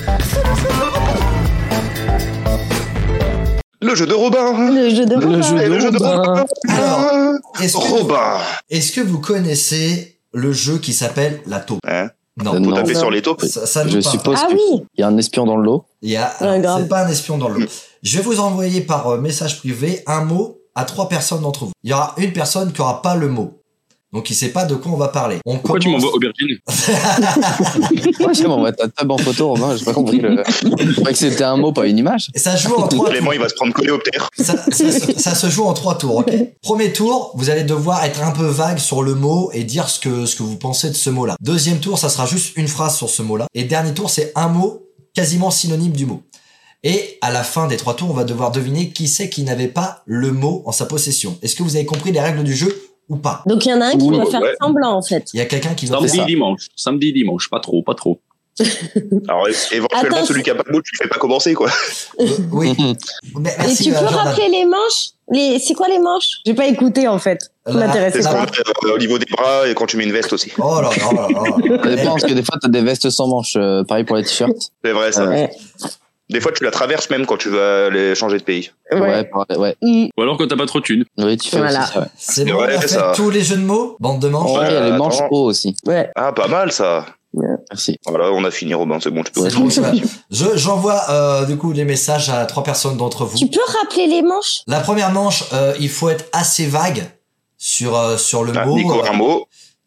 Le jeu de Robin. Le jeu de Robin. Le jeu Et de le jeu de Robin. Robin. Alors, est-ce que, Robin. est-ce que vous connaissez le jeu qui s'appelle la taupe? Hein Non. Euh, Faut non. taper sur les taupes. Ça, ça nous Je parle. suppose Ah qu'il oui. y a un espion dans le lot. Il y a, Ouais, grave. c'est pas un espion dans l'eau. Je vais vous envoyer par euh, message privé un mot à trois personnes d'entre vous. Il y aura une personne qui aura pas le mot. Donc il sait pas de quoi on va parler. On Pourquoi tu commence- m'envoies aubergine? Moi, je m'envoie ta table en photo, Romain. J'ai pas compris le. Je croyais que c'était un mot, pas une image. Et ça se joue en trois Clément, tours. il va se prendre coléoptère. Ça, ça, se- ça se joue en trois tours, ok? Premier tour, vous allez devoir être un peu vague sur le mot et dire ce que, ce que vous pensez de ce mot-là. Deuxième tour, ça sera juste une phrase sur ce mot-là. Et dernier tour, c'est un mot quasiment synonyme du mot. Et à la fin des trois tours, on va devoir deviner qui c'est qui n'avait pas le mot en sa possession. Est-ce que vous avez compris les règles du jeu ou pas? Donc il y en a un qui Oui, doit faire ouais. semblant, en fait. Il y a quelqu'un qui doit Samedi, faire ça. dimanche. Samedi, dimanche. Pas trop, pas trop. Alors, é- éventuellement, Attends, celui qui a pas de mot, tu le fais pas commencer, quoi. Euh, oui. Mais Et merci, tu euh, peux Jordan. rappeler les manches? Les, c'est quoi les manches? J'ai pas écouté, en fait. Ça Là, m'intéressait C'est là, pas. ça, euh, au niveau des bras et quand tu mets une veste aussi. Oh là là, oh là là, oh là là. Ça dépend, parce que des fois, t'as des vestes sans manches. euh, pareil pour les t-shirts. C'est vrai, ça. Ouais. Des fois, tu la traverses même quand tu vas aller changer de pays. Ouais, Ouais. pareil, ouais. Mm. Ou alors quand t'as pas trop de thunes. Oui, tu fais Voilà. aussi ça, ouais. C'est bon, Ouais, on a fait ça. tous les jeux de mots. Bande de manches. Oh, il y a les attends. manches haut aussi. Ouais. Ah, pas mal, ça. Merci. Voilà, on a fini, Robin. C'est bon, tu peux C'est bon, retourner. ça va. Je, j'envoie euh, du coup les messages à trois personnes d'entre vous. Tu peux rappeler les manches? La première manche, euh, il faut être assez vague sur euh, sur le Ah, mot. Nico, euh, un mot.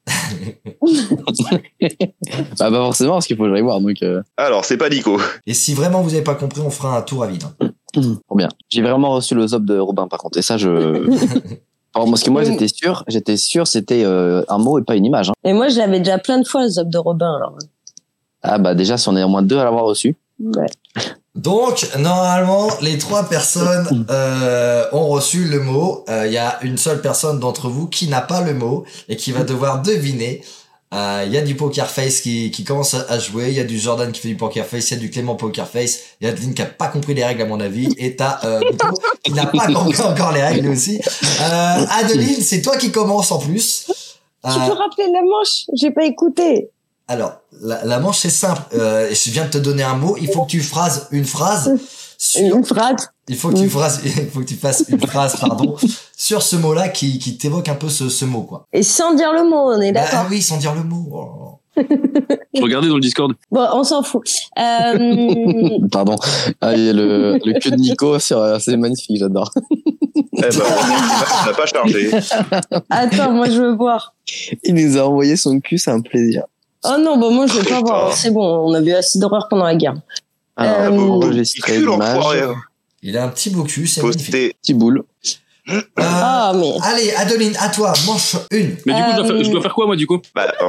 Bah, pas forcément, parce qu'il faut que j'aille voir. Donc, euh, Alors, c'est pas Nico. Et si vraiment vous n'avez pas compris, on fera un tour à vide. trop bien. J'ai vraiment reçu le zop de Robin, par contre. Et ça, je. Alors, parce que moi, j'étais sûr, j'étais sûr, c'était euh, un mot et pas une image. Hein. Et moi, je l'avais déjà plein de fois, le zop de Robin, alors. Ah, bah, déjà, si on est au moins deux à l'avoir reçu. Ouais. Donc normalement, les trois personnes euh, ont reçu le mot. Il y a une seule personne d'entre vous qui n'a pas le mot et qui va devoir deviner. Il euh, y a du Poker Face qui, qui commence à jouer, il y a du Jordan qui fait du Poker Face, il y a du Clément Poker Face, il y a Adeline qui a pas compris les règles à mon avis, et t'as euh, Nico qui n'a pas compris encore les règles aussi. Euh, Adeline, c'est toi qui commence en plus. Euh, Tu peux rappeler la manche? J'ai pas écouté. alors, la, la manche c'est simple. Euh, je viens de te donner un mot, il faut que tu phrases une phrase sur Une phrase. Il faut que tu fasses, il faut que tu fasses une phrase, pardon, sur ce mot-là qui, qui t'évoque un peu ce, ce mot, quoi. Et sans dire le mot, on est Bah, d'accord. oui, sans dire le mot. Oh. Regardez dans le Discord. Bon, on s'en fout. Euh... Pardon. Ah, il y a le, le cul de Nico sur, euh, c'est magnifique, j'adore. Eh ben, on n'a pas chargé. Attends, moi, je veux voir. Il nous a envoyé son cul, c'est un plaisir. Oh non, bah moi, je veux pas Putain. voir. C'est bon, on a vu assez d'horreur pendant la guerre. Alors, Euh, enregistrer cul, l'image. l'enfoiré. Il a un petit beau cul, c'est magnifique. Posté. Petit boule. Euh, Ah, mais. Allez, Adeline, à toi, manche une. Mais du coup, je dois, Euh, faire, je dois faire quoi, moi, du coup? Bah, attends.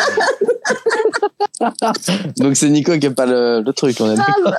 Donc c'est Nico qui a pas le, le truc, on a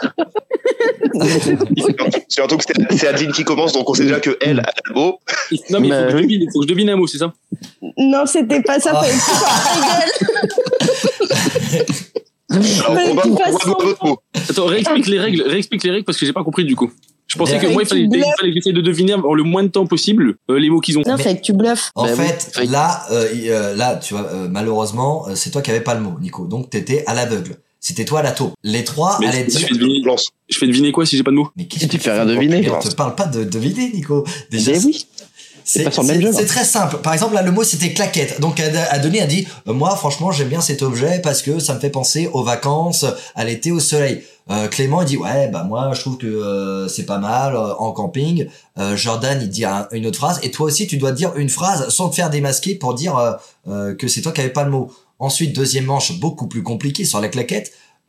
Surtout que c'est c'est Adeline qui commence, donc on sait déjà que elle a le mot. Non, mais il faut, Mais que je oui. devine, il faut que je devine un mot, c'est ça? Non, c'était pas ça. Ah. Fallait que tu fasses ta gueule. Alors, Mais on va tu on fasses va voir d'autres mots. Attends, réexplique les règles, réexplique les règles parce que j'ai pas compris du coup. Je pensais Mais que moi, il tu fallait, il bluffes. fallait que j'essaie de deviner en le moins de temps possible euh, les mots qu'ils ont. Non, Mais- fait que tu bluffes. En Bah oui, fait, fait- là, euh, il- euh, là, tu vois, euh, malheureusement, euh, c'est toi qui avais pas le mot, Nico. Donc, t'étais à l'aveugle. C'était toi la taupe. Les trois Mais allaient je dire. fais deviner, Lance. je fais deviner quoi si j'ai pas de mots? Mais qu'est-ce Tu que fais rien fais deviner. Mais on te parle pas de deviner, Nico. Déjà, Mais oui. c'est pas sur le même c'est- jeu, c'est là. très simple. Par exemple, là, le mot c'était claquette. Donc, Ad- Adeline a dit, euh, moi, franchement, j'aime bien cet objet parce que ça me fait penser aux vacances, à l'été, au soleil. Euh, Clément, il dit, ouais, bah moi, je trouve que euh, c'est pas mal euh, en camping. Euh, Jordan, il dit un- une autre phrase. Et toi aussi, tu dois dire une phrase sans te faire démasquer pour dire euh, euh, que c'est toi qui avais pas le mot. Ensuite, deuxième manche, beaucoup plus compliqué sur la claquette.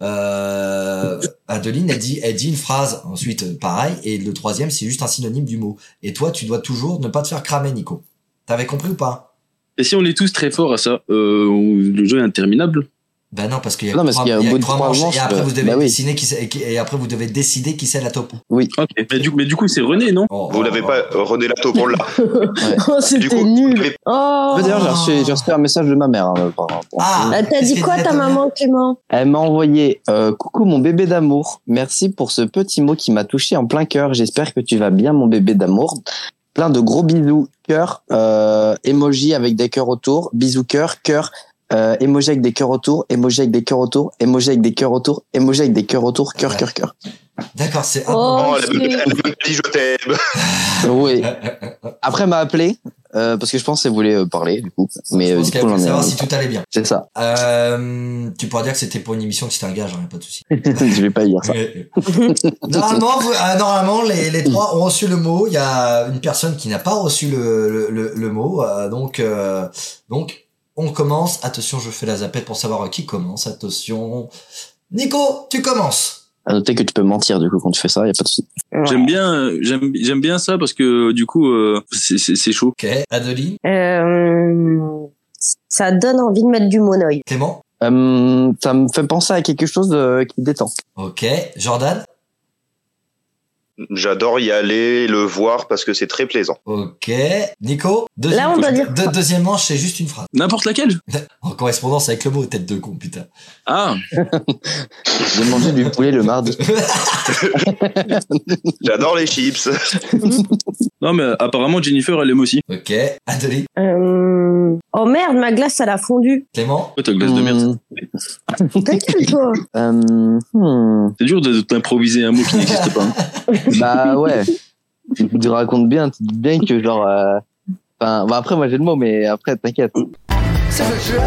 Euh, Adeline, elle dit, elle dit une phrase. Ensuite, euh, pareil. Et le troisième, c'est juste un synonyme du mot. Et toi, tu dois toujours ne pas te faire cramer, Nico. T'avais compris ou pas? Et si on est tous très forts à ça, euh, on- le jeu est interminable. Ben non, parce qu'il y a Non, que parce trois, qu'il y a au il y a bout que de trois trois manches. manches, Et après, euh, vous devez bah oui. décider qui c'est, qui- et après, vous devez décider qui c'est la taupe. Oui. Ok. Mais du, mais du coup, c'est René, non? Oh, Vous oh, l'avez oh. pas, euh, René la taupe, on l'a. Oh, c'était Du coup, nul. vous l'avez- Oh. D'ailleurs, j'ai reçu, j'ai reçu un message de ma mère. Hein, par rapport à Ah. Ah, t'as Qu'est-ce dit qu'elle quoi dit à ta ta mère maman, Clément? Elle m'a envoyé euh, coucou mon bébé d'amour. Merci pour ce petit mot qui m'a touché en plein cœur. J'espère que tu vas bien mon bébé d'amour. Plein de gros bisous, cœur, euh, emoji avec des cœurs autour, bisous cœur, cœur, euh, emoji avec des cœurs autour, emoji avec des cœurs autour, emoji avec des cœurs autour, emoji avec des cœurs autour, cœur, Ouais. cœur, cœur. D'accord, c'est un Oh, Oh, elle a même c'est- elle a même pas dit je t'aime. Oui. Après, elle m'a appelé euh, parce que je pense qu'elle voulait euh, parler du coup. Mais Je euh, pense du qu'elle coup, voulait j'en ai savoir un. si tout allait bien. C'est ça. Euh, tu pourras dire que c'était pour une émission, que c'était un gage, hein, y a pas de souci. Je vais pas dire ça. Normalement, vous- ah, normalement, les, les trois ont reçu le mot. Il y a une personne qui n'a pas reçu le, le, le, le mot. euh, donc, euh, donc, on commence. Attention, je fais la zapette pour savoir qui commence. Attention. Nico, tu commences. À noter que tu peux mentir du coup quand tu fais ça, y a pas de souci. J'aime bien, euh, j'aime, j'aime bien ça parce que du coup, euh, c'est, c'est, c'est chaud. Ok. Adeline, Euh, ça donne envie de mettre du monoï. Clément. Euh, ça me fait penser à quelque chose de, qui détend. Ok. Jordan. J'adore y aller, le voir parce que c'est très plaisant. Ok. Nico. Deuxième, Là, on doit dire deux- quoi? deuxième manche, c'est juste une phrase. N'importe laquelle. En correspondance avec le mot tête de con, putain. Ah, J'ai mangé du poulet le mardi. J'adore les chips. non mais apparemment Jennifer elle aime aussi. Ok. Adeline. Euh... Oh merde, ma glace, elle a fondu. Clément. Oh, ta glace de merde. Ta gueule, toi. Euh, hmm. C'est dur de, de t'improviser un mot qui n'existe pas. Bah ouais. Tu te racontes bien, tu dis bien que genre. euh, Enfin, bah après moi j'ai le mot, mais après t'inquiète. C'est le jeu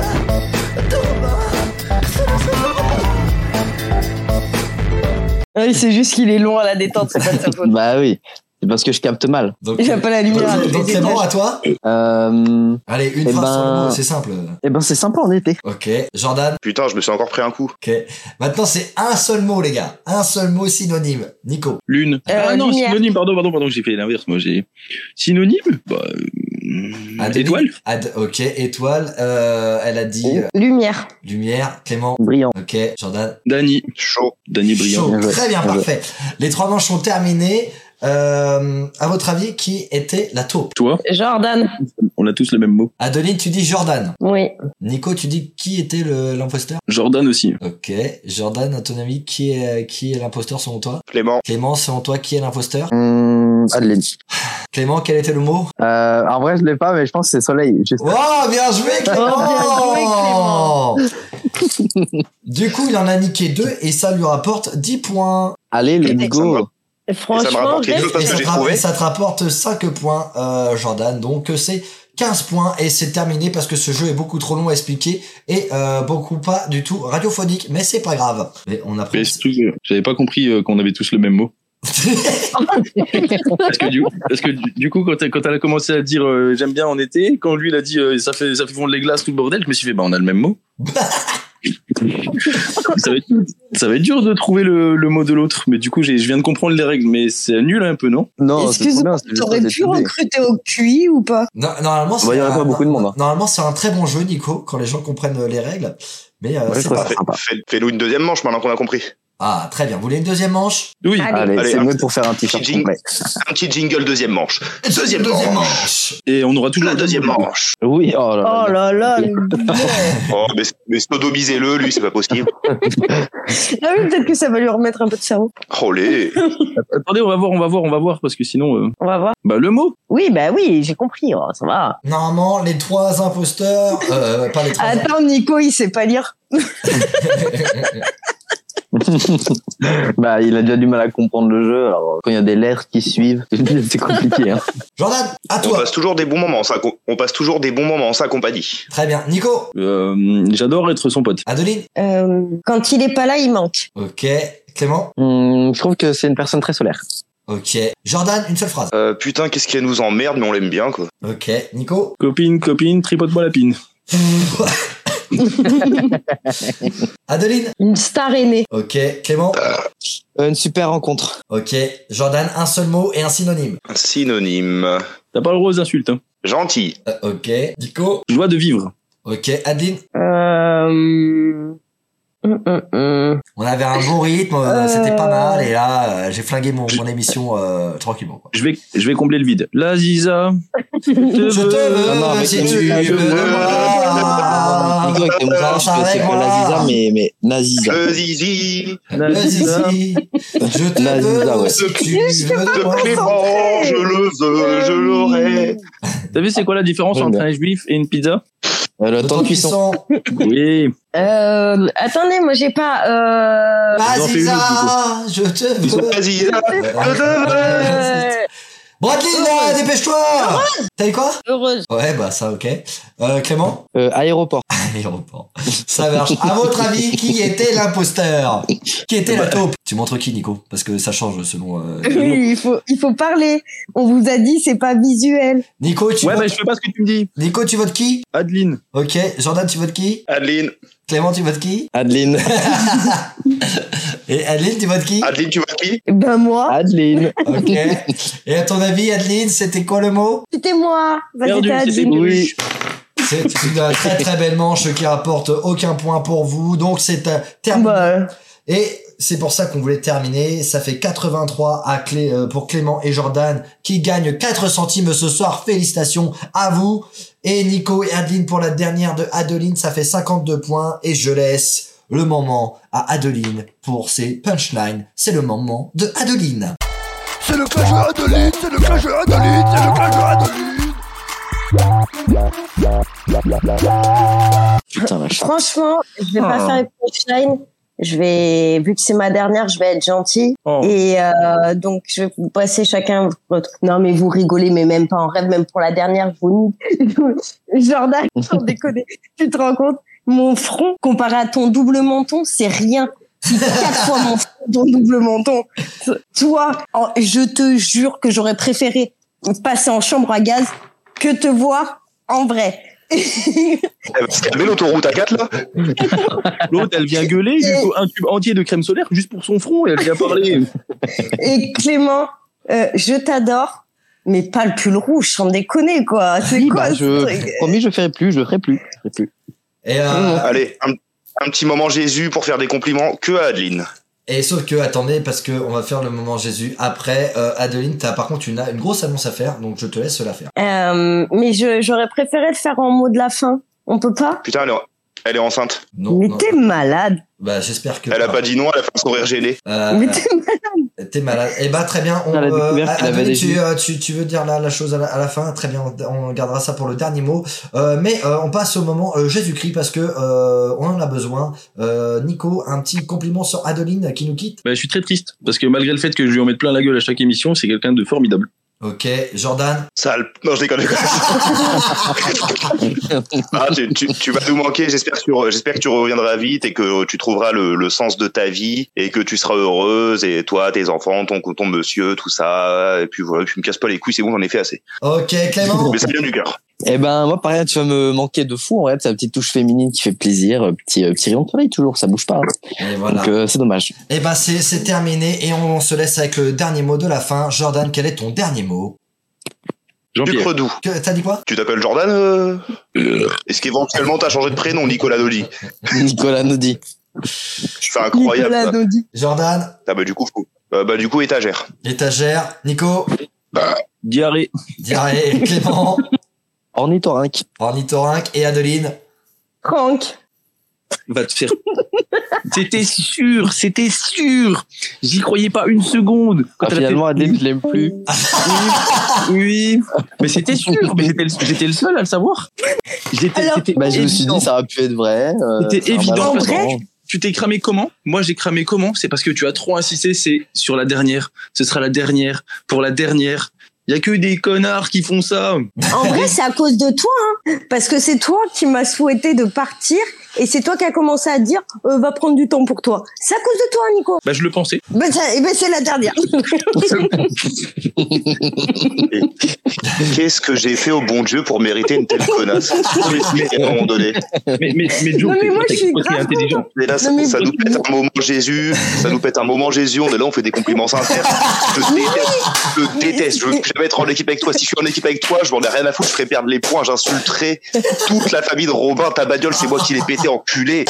Oui, c'est juste qu'il est long à la détente, c'est pas de sa faute. Bah oui. C'est parce que je capte mal. Donc, Il a pas la lumière. donc, donc, Clément, à toi. Euh, Allez, une Eh phrase ben- sur le mot, c'est simple. eh ben c'est sympa en été. Ok. Jordan. Putain, je me suis encore pris un coup. Ok. Maintenant, c'est un seul mot, les gars. Un seul mot synonyme. Nico. Lune. Euh, ah non, lumière. synonyme, pardon, pardon, pardon, j'ai fait l'inverse, moi j'ai. Synonyme? Bah, euh, Adeline. étoile? Ad- ok. Étoile. Euh, elle a dit euh, Lumière. lumière. Clément. Brillant. Ok. Jordan. Dany. Chaud. Dany brillant. Chaud. Bien joué. Très bien, Bien joué. parfait. Les trois manches sont terminées. Euh, à votre avis, qui était la taupe? Toi? Jordan. On a tous le même mot. Adeline, tu dis Jordan. Oui. Nico, tu dis qui était le- l'imposteur? Jordan aussi. Ok. Jordan, à ton avis, qui est, qui est l'imposteur selon toi? Clément. Clément, selon toi, qui est l'imposteur? Hum, Adeline. Clément, quel était le mot? Euh, en vrai je l'ai pas, mais je pense que c'est soleil. Juste. Oh, bien joué, Clément! Oh, bien Du coup, il en a niqué deux et ça lui rapporte dix points. Allez, let's Ça go. me Et franchement, rapporte je les deux laisse- parce Et que ça, j'ai te, ra- trouvé. et ça te rapporte cinq points, euh, Jordan. Donc, c'est quinze points et c'est terminé parce que ce jeu est beaucoup trop long à expliquer et euh, beaucoup pas du tout radiophonique. Mais c'est pas grave. Mais on Mais apprend. surtout, j'avais pas compris euh, qu'on avait tous le même mot. Parce que du, parce que du, du coup, quand elle, quand elle a commencé à dire euh, j'aime bien en été, quand lui il a dit euh, ça fait ça fait fondre les glaces tout le bordel, je me suis fait bah on a le même mot. ça, va être, ça va être dur de trouver le, le mot de l'autre, mais du coup j'ai, je viens de comprendre les règles, mais c'est nul un peu, non? Non, c'est trop bien. Excuse-moi, c'est juste t'aurais des pu idées. recruter au Q I ou pas? Non, normalement, Bah, il y aurait un- pas beaucoup de monde, hein. Normalement, c'est un très bon jeu, Nico, quand les gens comprennent les règles. Mais euh, Ouais, je c'est trouve pas ça grave. sympa. Fais- Fais-nous une deuxième manche maintenant qu'on a compris. Ah, très bien. Vous voulez une deuxième manche? Oui. Allez. Allez, Allez, c'est un mieux petit- pour faire un t-shirt petit jingle. complet. Un petit jingle deuxième manche. Deuxième, deuxième manche. manche. Et on aura toujours La deuxième manche. Oui, oh là là. Oh là là, le Oh, mais, mais sodomisez-le, lui, c'est pas possible. Ah oui, peut-être que ça va lui remettre un peu de cerveau. Oh les. Attendez, on va voir, on va voir, on va voir, parce que sinon, euh, On va voir. bah le mot. Oui, bah oui, j'ai compris, oh, ça va. Normalement, les trois imposteurs, euh, pas les trois. Attends, Nico, il sait pas lire. Bah, il a déjà du mal à comprendre le jeu. Alors, quand il y a des lettres qui suivent, c'est compliqué. Hein. Jordan, à On toi. passe toujours des bons moments en sa, co- on passe toujours des bons moments en sa compagnie. Très bien. Nico, Euh, j'adore être son pote. Adeline. Euh, quand il est pas là, il manque. Ok. Clément. Hum, je trouve que c'est une personne très solaire. Ok. Jordan, une seule phrase. Euh, putain, qu'est-ce qu'elle nous emmerde, mais on l'aime bien, quoi. Ok. Nico. Copine, copine, tripote-moi la pine. Adeline. Une star aînée. Ok. Clément. Euh, une super rencontre. Ok. Jordan, un seul mot et un synonyme. Un synonyme. T'as pas le droit aux insultes. Hein. Gentil. Euh, ok. Nico. Joie de vivre. Ok. Adeline. Euh... hum, hum, hum. On avait un bon rythme, euh, Euh. c'était pas mal, et là, euh, j'ai flingué mon, mon émission euh, tranquillement. Quoi. Je vais, je vais combler le vide. La Ziza. Je te Je te veux, Non, non, mais si comme tu ça, je veux veux. de moi. Nico, avec tes mots, Danse je sais que c'est avec pas moi. la Ziza, mais, mais Naziza. Le zizi. La Le Ziza. zizi, je te La veux Ziza, ouais. si tu veux de moi. De Clément, je le veux, je l'aurai. T'as vu c'est quoi la différence Ouais, entre bien. un juif et une pizza? Euh, le Le temps de cuisson. Oui. Euh, attendez, moi j'ai pas. Euh... Ils ont fait une Aziza, je te Ils sont- veux. Vas-y, là. euh, Bradley, là, dépêche-toi. T'as dit quoi? Heureuse. Ouais, bah ça, ok. Euh, Clément? Euh, aéroport. Aéroport. Ça marche. À votre avis, qui était l'imposteur? Qui était la taupe? Tu montres qui, Nico? Parce que ça change selon... Euh... Oui, il faut, il faut parler. On vous a dit, c'est pas visuel. Nico, tu Ouais, votes... bah je fais pas ce que tu me dis. Nico, tu votes qui? Adeline. Ok. Jordan, tu votes qui? Adeline. Clément, tu votes qui? Adeline. Et Adeline, tu votes qui? Adeline, tu vois qui? Ben moi, Adeline. Ok. Et à ton avis, Adeline, c'était quoi le mot? c'était moi. Bah, Perdu, c'était c'était Adine. oui. C'est une très très belle manche qui rapporte aucun point pour vous. Donc c'est euh, terminé. Bah, Et c'est pour ça qu'on voulait terminer. Ça fait quatre-vingt-trois à Clé, euh, pour Clément et Jordan qui gagnent quatre centimes ce soir. Félicitations à vous. Et Nico et Adeline pour la dernière de Adeline. Ça fait cinquante-deux points. Et je laisse le moment à Adeline pour ses punchlines. C'est le moment de Adeline. C'est le clash de Adeline, c'est le clash de Adeline, c'est le clash de Adeline. Putain, la chatte. franchement, je vais pas Ah. faire les punchlines. Je vais, vu que c'est ma dernière, je vais être gentille. Oh. Et euh, donc, je vais vous passer chacun votre... Non, mais vous rigolez, mais même pas en rêve, même pour la dernière, je vous nique. Jordan, sans déconner, tu te rends compte, mon front, comparé à ton double menton, c'est rien. C'est quatre fois mon front, ton double menton. Toi, en- je te jure que j'aurais préféré passer en chambre à gaz que te voir en vrai. Elle va se calmer l'autoroute à quatre, là. L'autre, elle vient gueuler, il lui faut un tube entier de crème solaire juste pour son front et elle vient parler. Et Clément, euh, je t'adore, mais pas le pull rouge, sans déconner, quoi. C'est Oui, quoi bah, ce je, truc promis, je le ferai plus, je le ferai plus. Je le ferai plus. Et, euh, Allez, un, un petit moment Jésus pour faire des compliments que à Adeline. et sauf que, attendez, parce que on va faire le moment Jésus après. Euh, Adeline, t'as par contre une, une grosse annonce à faire, donc je te laisse la faire. euh, Mais je, j'aurais préféré le faire en mot de la fin. On peut pas Putain, elle est, elle est enceinte. Non, Mais non. t'es malade. Bah, j'espère que. Elle a pas dit non, elle a fait un sourire gêné. Euh, Mais t'es malade. T'es malade. Eh bah, très bien. On, Elle a euh, découvert qu'il avait Adeline, des tu, yeux. euh, tu, tu veux dire la, la chose à la, à la fin. Très bien. On, on gardera ça pour le dernier mot. Euh, mais euh, on passe au moment euh, Jésus-Christ parce que euh, on en a besoin. Euh, Nico, un petit compliment sur Adeline qui nous quitte. Bah, je suis très triste parce que malgré le fait que je lui en mette plein la gueule à chaque émission, c'est quelqu'un de formidable. Ok, Jordan. Sale. Non, je déconne. ah, tu, tu, tu vas nous manquer. J'espère que tu, re- j'espère que tu reviendras vite et que tu trouveras le, le sens de ta vie et que tu seras heureuse et toi, tes enfants, ton, ton monsieur, tout ça. Et puis voilà, tu me casses pas les couilles, c'est bon, j'en ai fait assez. Ok, Clément. Mais ça vient du cœur. Eh ben, moi, pareil, tu vas me manquer de fou. En vrai, c'est la petite touche féminine qui fait plaisir. euh, Petit, euh, petit rayon de soleil, toujours, ça bouge pas. hein. Et voilà. Donc, euh, c'est dommage. Eh ben, c'est c'est terminé et on se laisse avec le dernier mot de la fin. Jordan, quel est ton dernier mot? Jean-Pierre. Sucre doux. Que- T'as dit quoi? Tu t'appelles Jordan euh Est-ce qu'éventuellement t'as changé de prénom, Nicolas Dodi? Nicolas nous dit. C'est incroyable. Nicolas ça. Dodi. Jordan, Ah bah du coup, faut- euh, bah du coup étagère. étagère. Nico, Diarrhée. diarrhée. Clément, Ornithorynque. ornithorynque et Adeline. Franck. Va te faire. C'était sûr, c'était sûr. J'y croyais pas une seconde. Quand Ah, elle a finalement, fait- Adeline, je l'aime plus. Oui, oui. Mais c'était sûr, mais j'étais le, j'étais le seul à le savoir. J'étais, Alors, c'était Bah, je me suis évident. dit, ça aurait pu être vrai. euh, C'était c'est un évident. malin En vrai, passant. tu t'es cramé comment? Moi, j'ai cramé comment? C'est parce que tu as trop insisté, c'est sur la dernière. Ce sera la dernière, pour la dernière. Il y a que des connards qui font ça. En vrai, c'est à cause de toi, hein, parce que c'est toi qui m'as souhaité de partir et c'est toi qui as commencé à dire euh, va prendre du temps pour toi. C'est à cause de toi, Nico. Bah, je le pensais. Bah, ça, eh ben, c'est la dernière. Qu'est-ce que j'ai fait au bon Dieu pour mériter une telle connasse? Je m'explique à un moment donné. Mais, mais, mais Joe, Non, mais t'es- moi, t'es- je suis t'es grave intelligent. Et là, ça, Non, mais- ça nous pète un moment Jésus, ça nous pète un moment Jésus, on est là, on fait des compliments sincères. Je te déteste, je te déteste, je veux jamais être en équipe avec toi. Si je suis en équipe avec toi, je m'en ai rien à foutre, je ferai perdre les points, j'insulterai toute la famille de Robin, ta bagnole, c'est moi qui l'ai pété, enculé.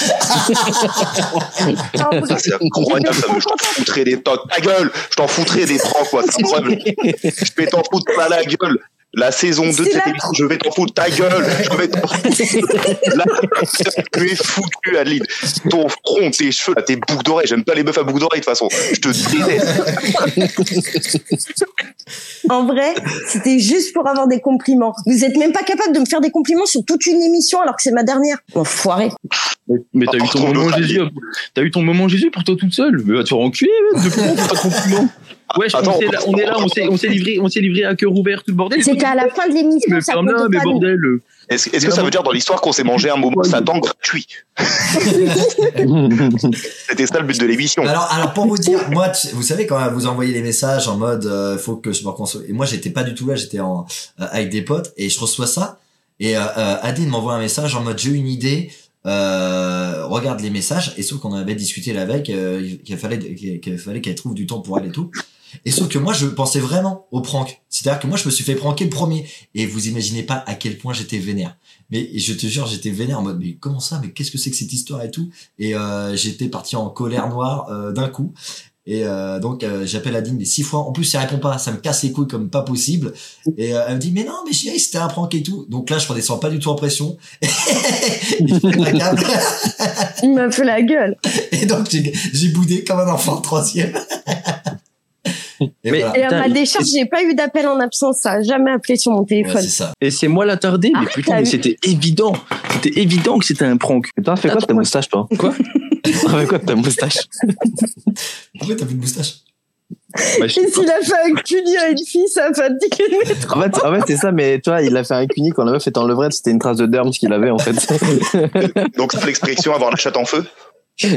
Ça, c'est incroyable, ça me, je t'en foutrais des ta ta gueule, je t'en foutrais des pranks, quoi, c'est incroyable. Je vais t'en foutre pas la gueule. La saison deux de C'est cette la- émission, je vais t'en foutre ta gueule. Je vais t'en foutre. Là, tu es foutu, Adeline. Ton front, tes cheveux, tes boucles d'oreilles. J'aime pas les meufs à boucles d'oreilles, de toute façon. Je te déteste. En vrai, c'était juste pour avoir des compliments. Vous êtes même pas capable de me faire des compliments sur toute une émission alors que c'est ma dernière. Enfoiré. Mais t'as eu ton Retrouve moment l'autre. Jésus, t'as eu ton moment Jésus pour toi toute seule. Mais va te faire enculer, mec. Depuis quand on fait pas de compliments? Ouais, Attends, on, est là, on est là, on s'est, on s'est livré, on s'est livré à cœur ouvert tout le bordel. C'était à la fin de l'émission, Mais ça ferme là, compte mais pas. nous. bordel. Est-ce, est-ce que ça veut dire dans l'histoire qu'on s'est mangé un moment Satan gratuit? C'était ça le but de l'émission. Alors, alors pour vous dire, moi, tu- vous savez quand vous envoyez les messages en mode, euh, faut que je me reconcilie. Et moi, j'étais pas du tout là, j'étais en euh, avec des potes et je reçois ça et euh, euh, Adine m'envoie un message en mode, j'ai une idée. Euh, regarde les messages et sauf qu'on avait discuté là avec euh, qu'il fallait qu'il qu'il fallait qu'elle trouve du temps pour elle et tout. Et sauf que moi, je pensais vraiment au prank. C'est-à-dire que moi, je me suis fait pranker le premier. Et vous imaginez pas à quel point j'étais vénère. Mais je te jure, j'étais vénère en mode, mais comment ça? Mais qu'est-ce que c'est que cette histoire et tout? Et euh, j'étais parti en colère noire euh, d'un coup. Et euh, donc, euh, j'appelle Adine des six fois. En plus, elle répond pas. Ça me casse les couilles comme pas possible. Et euh, elle me dit, mais non, mais chérie, c'était un prank et tout. Donc là, je redescends pas du tout en pression. Il fait la câble. Il m'a fait la gueule. Et donc, j'ai, j'ai boudé comme un enfant en troisième. Et Mais- voilà. Et à Putain, ma décharge, j'ai pas eu d'appel en absence. Ça a jamais appelé sur mon Ouais, téléphone. c'est ça. Et c'est moi l'attardé, mais Ah, putain, t'as mais vu. c'était évident. C'était évident que c'était un prank. Putain, fais quoi de ta moustache, toi? Quoi? Fais quoi de ta moustache? Pourquoi t'as plus de moustache? Bah, je- Et s'il a fait un cuni à une fille, ça va te dire. En fait, en fait, c'est ça, mais toi, il a fait un cuni quand la meuf était en levrette, c'était une trace de derme qu'il avait, en fait. Donc, c'est l'expression avoir la chatte en feu. Il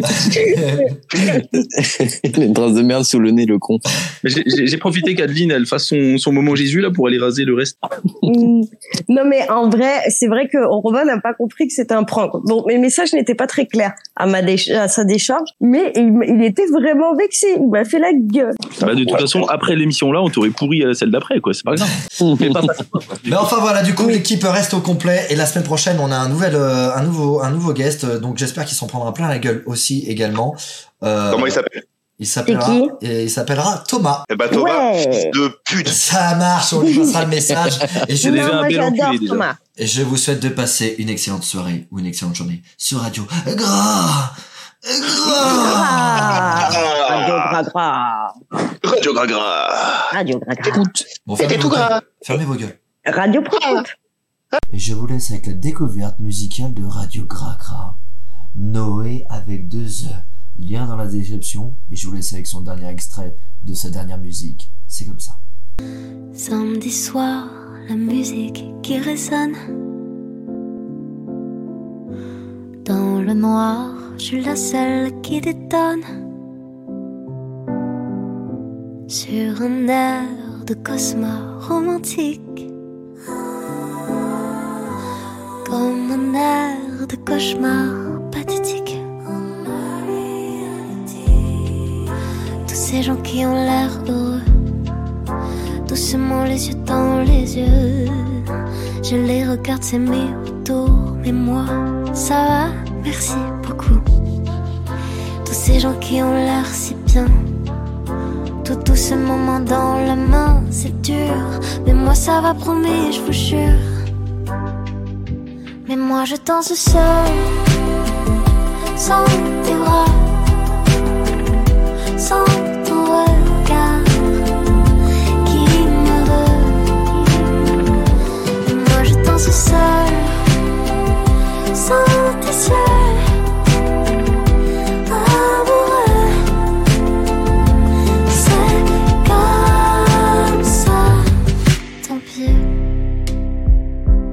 a une trace de merde sous le nez, le con. Mais j'ai- J'ai j'ai profité qu'Adeline, elle fasse son, son moment Jésus là pour aller raser le reste. Mm. Non, mais en vrai, c'est vrai que Robin n'a pas compris que c'était un prank. Bon, mes messages n'étaient pas très clairs à ma déch- à sa décharge, mais il, m- il était vraiment vexé. Il m'a fait la gueule. Bah, de toute façon, après l'émission là, on t'aurait pourri à celle d'après, quoi. C'est pas grave. Mais pas ça. Mais enfin voilà, du coup l'équipe reste au complet et la semaine prochaine on a un nouvel, euh, un nouveau, un nouveau guest. euh, Donc j'espère qu'il s'en prendra plein la gueule aussi également. Euh, Comment il s'appelle? Il s'appellera, C'est et il s'appellera Thomas. Eh ben, Thomas, Ouais. fils de pute. Ça marche, on lui passera le message. Et je, C'est déjà Non, un moi bel j'adore enculé, déjà. Thomas. et je vous souhaite de passer une excellente soirée ou une excellente journée sur Radio Gras. Gras. Ah, Radio Ah, Gras Gras. Radio Gragra. Radio Gras Gras. Bon, C'était fermez tout vos gueules. gras. Fermez vos gueules. Radio Prout. Et je vous laisse avec la découverte musicale de Radio Gras Gras. Noé avec deux E. Lien dans la description. Et je vous laisse avec son dernier extrait de sa dernière musique. C'est comme ça. Samedi soir, la musique qui résonne. Dans le noir, je suis la seule qui détonne. Sur un air de cauchemar romantique. Comme un air de cauchemar pathétique. Tous ces gens qui ont l'air heureux, doucement les yeux dans les yeux, je les regarde s'aimer autour. Mais moi, ça va, merci beaucoup. Tous ces gens qui ont l'air si bien, tout doucement main dans la main, c'est dur. Mais moi ça va, promis, je vous jure. Mais moi je danse seul, sans tes bras, sans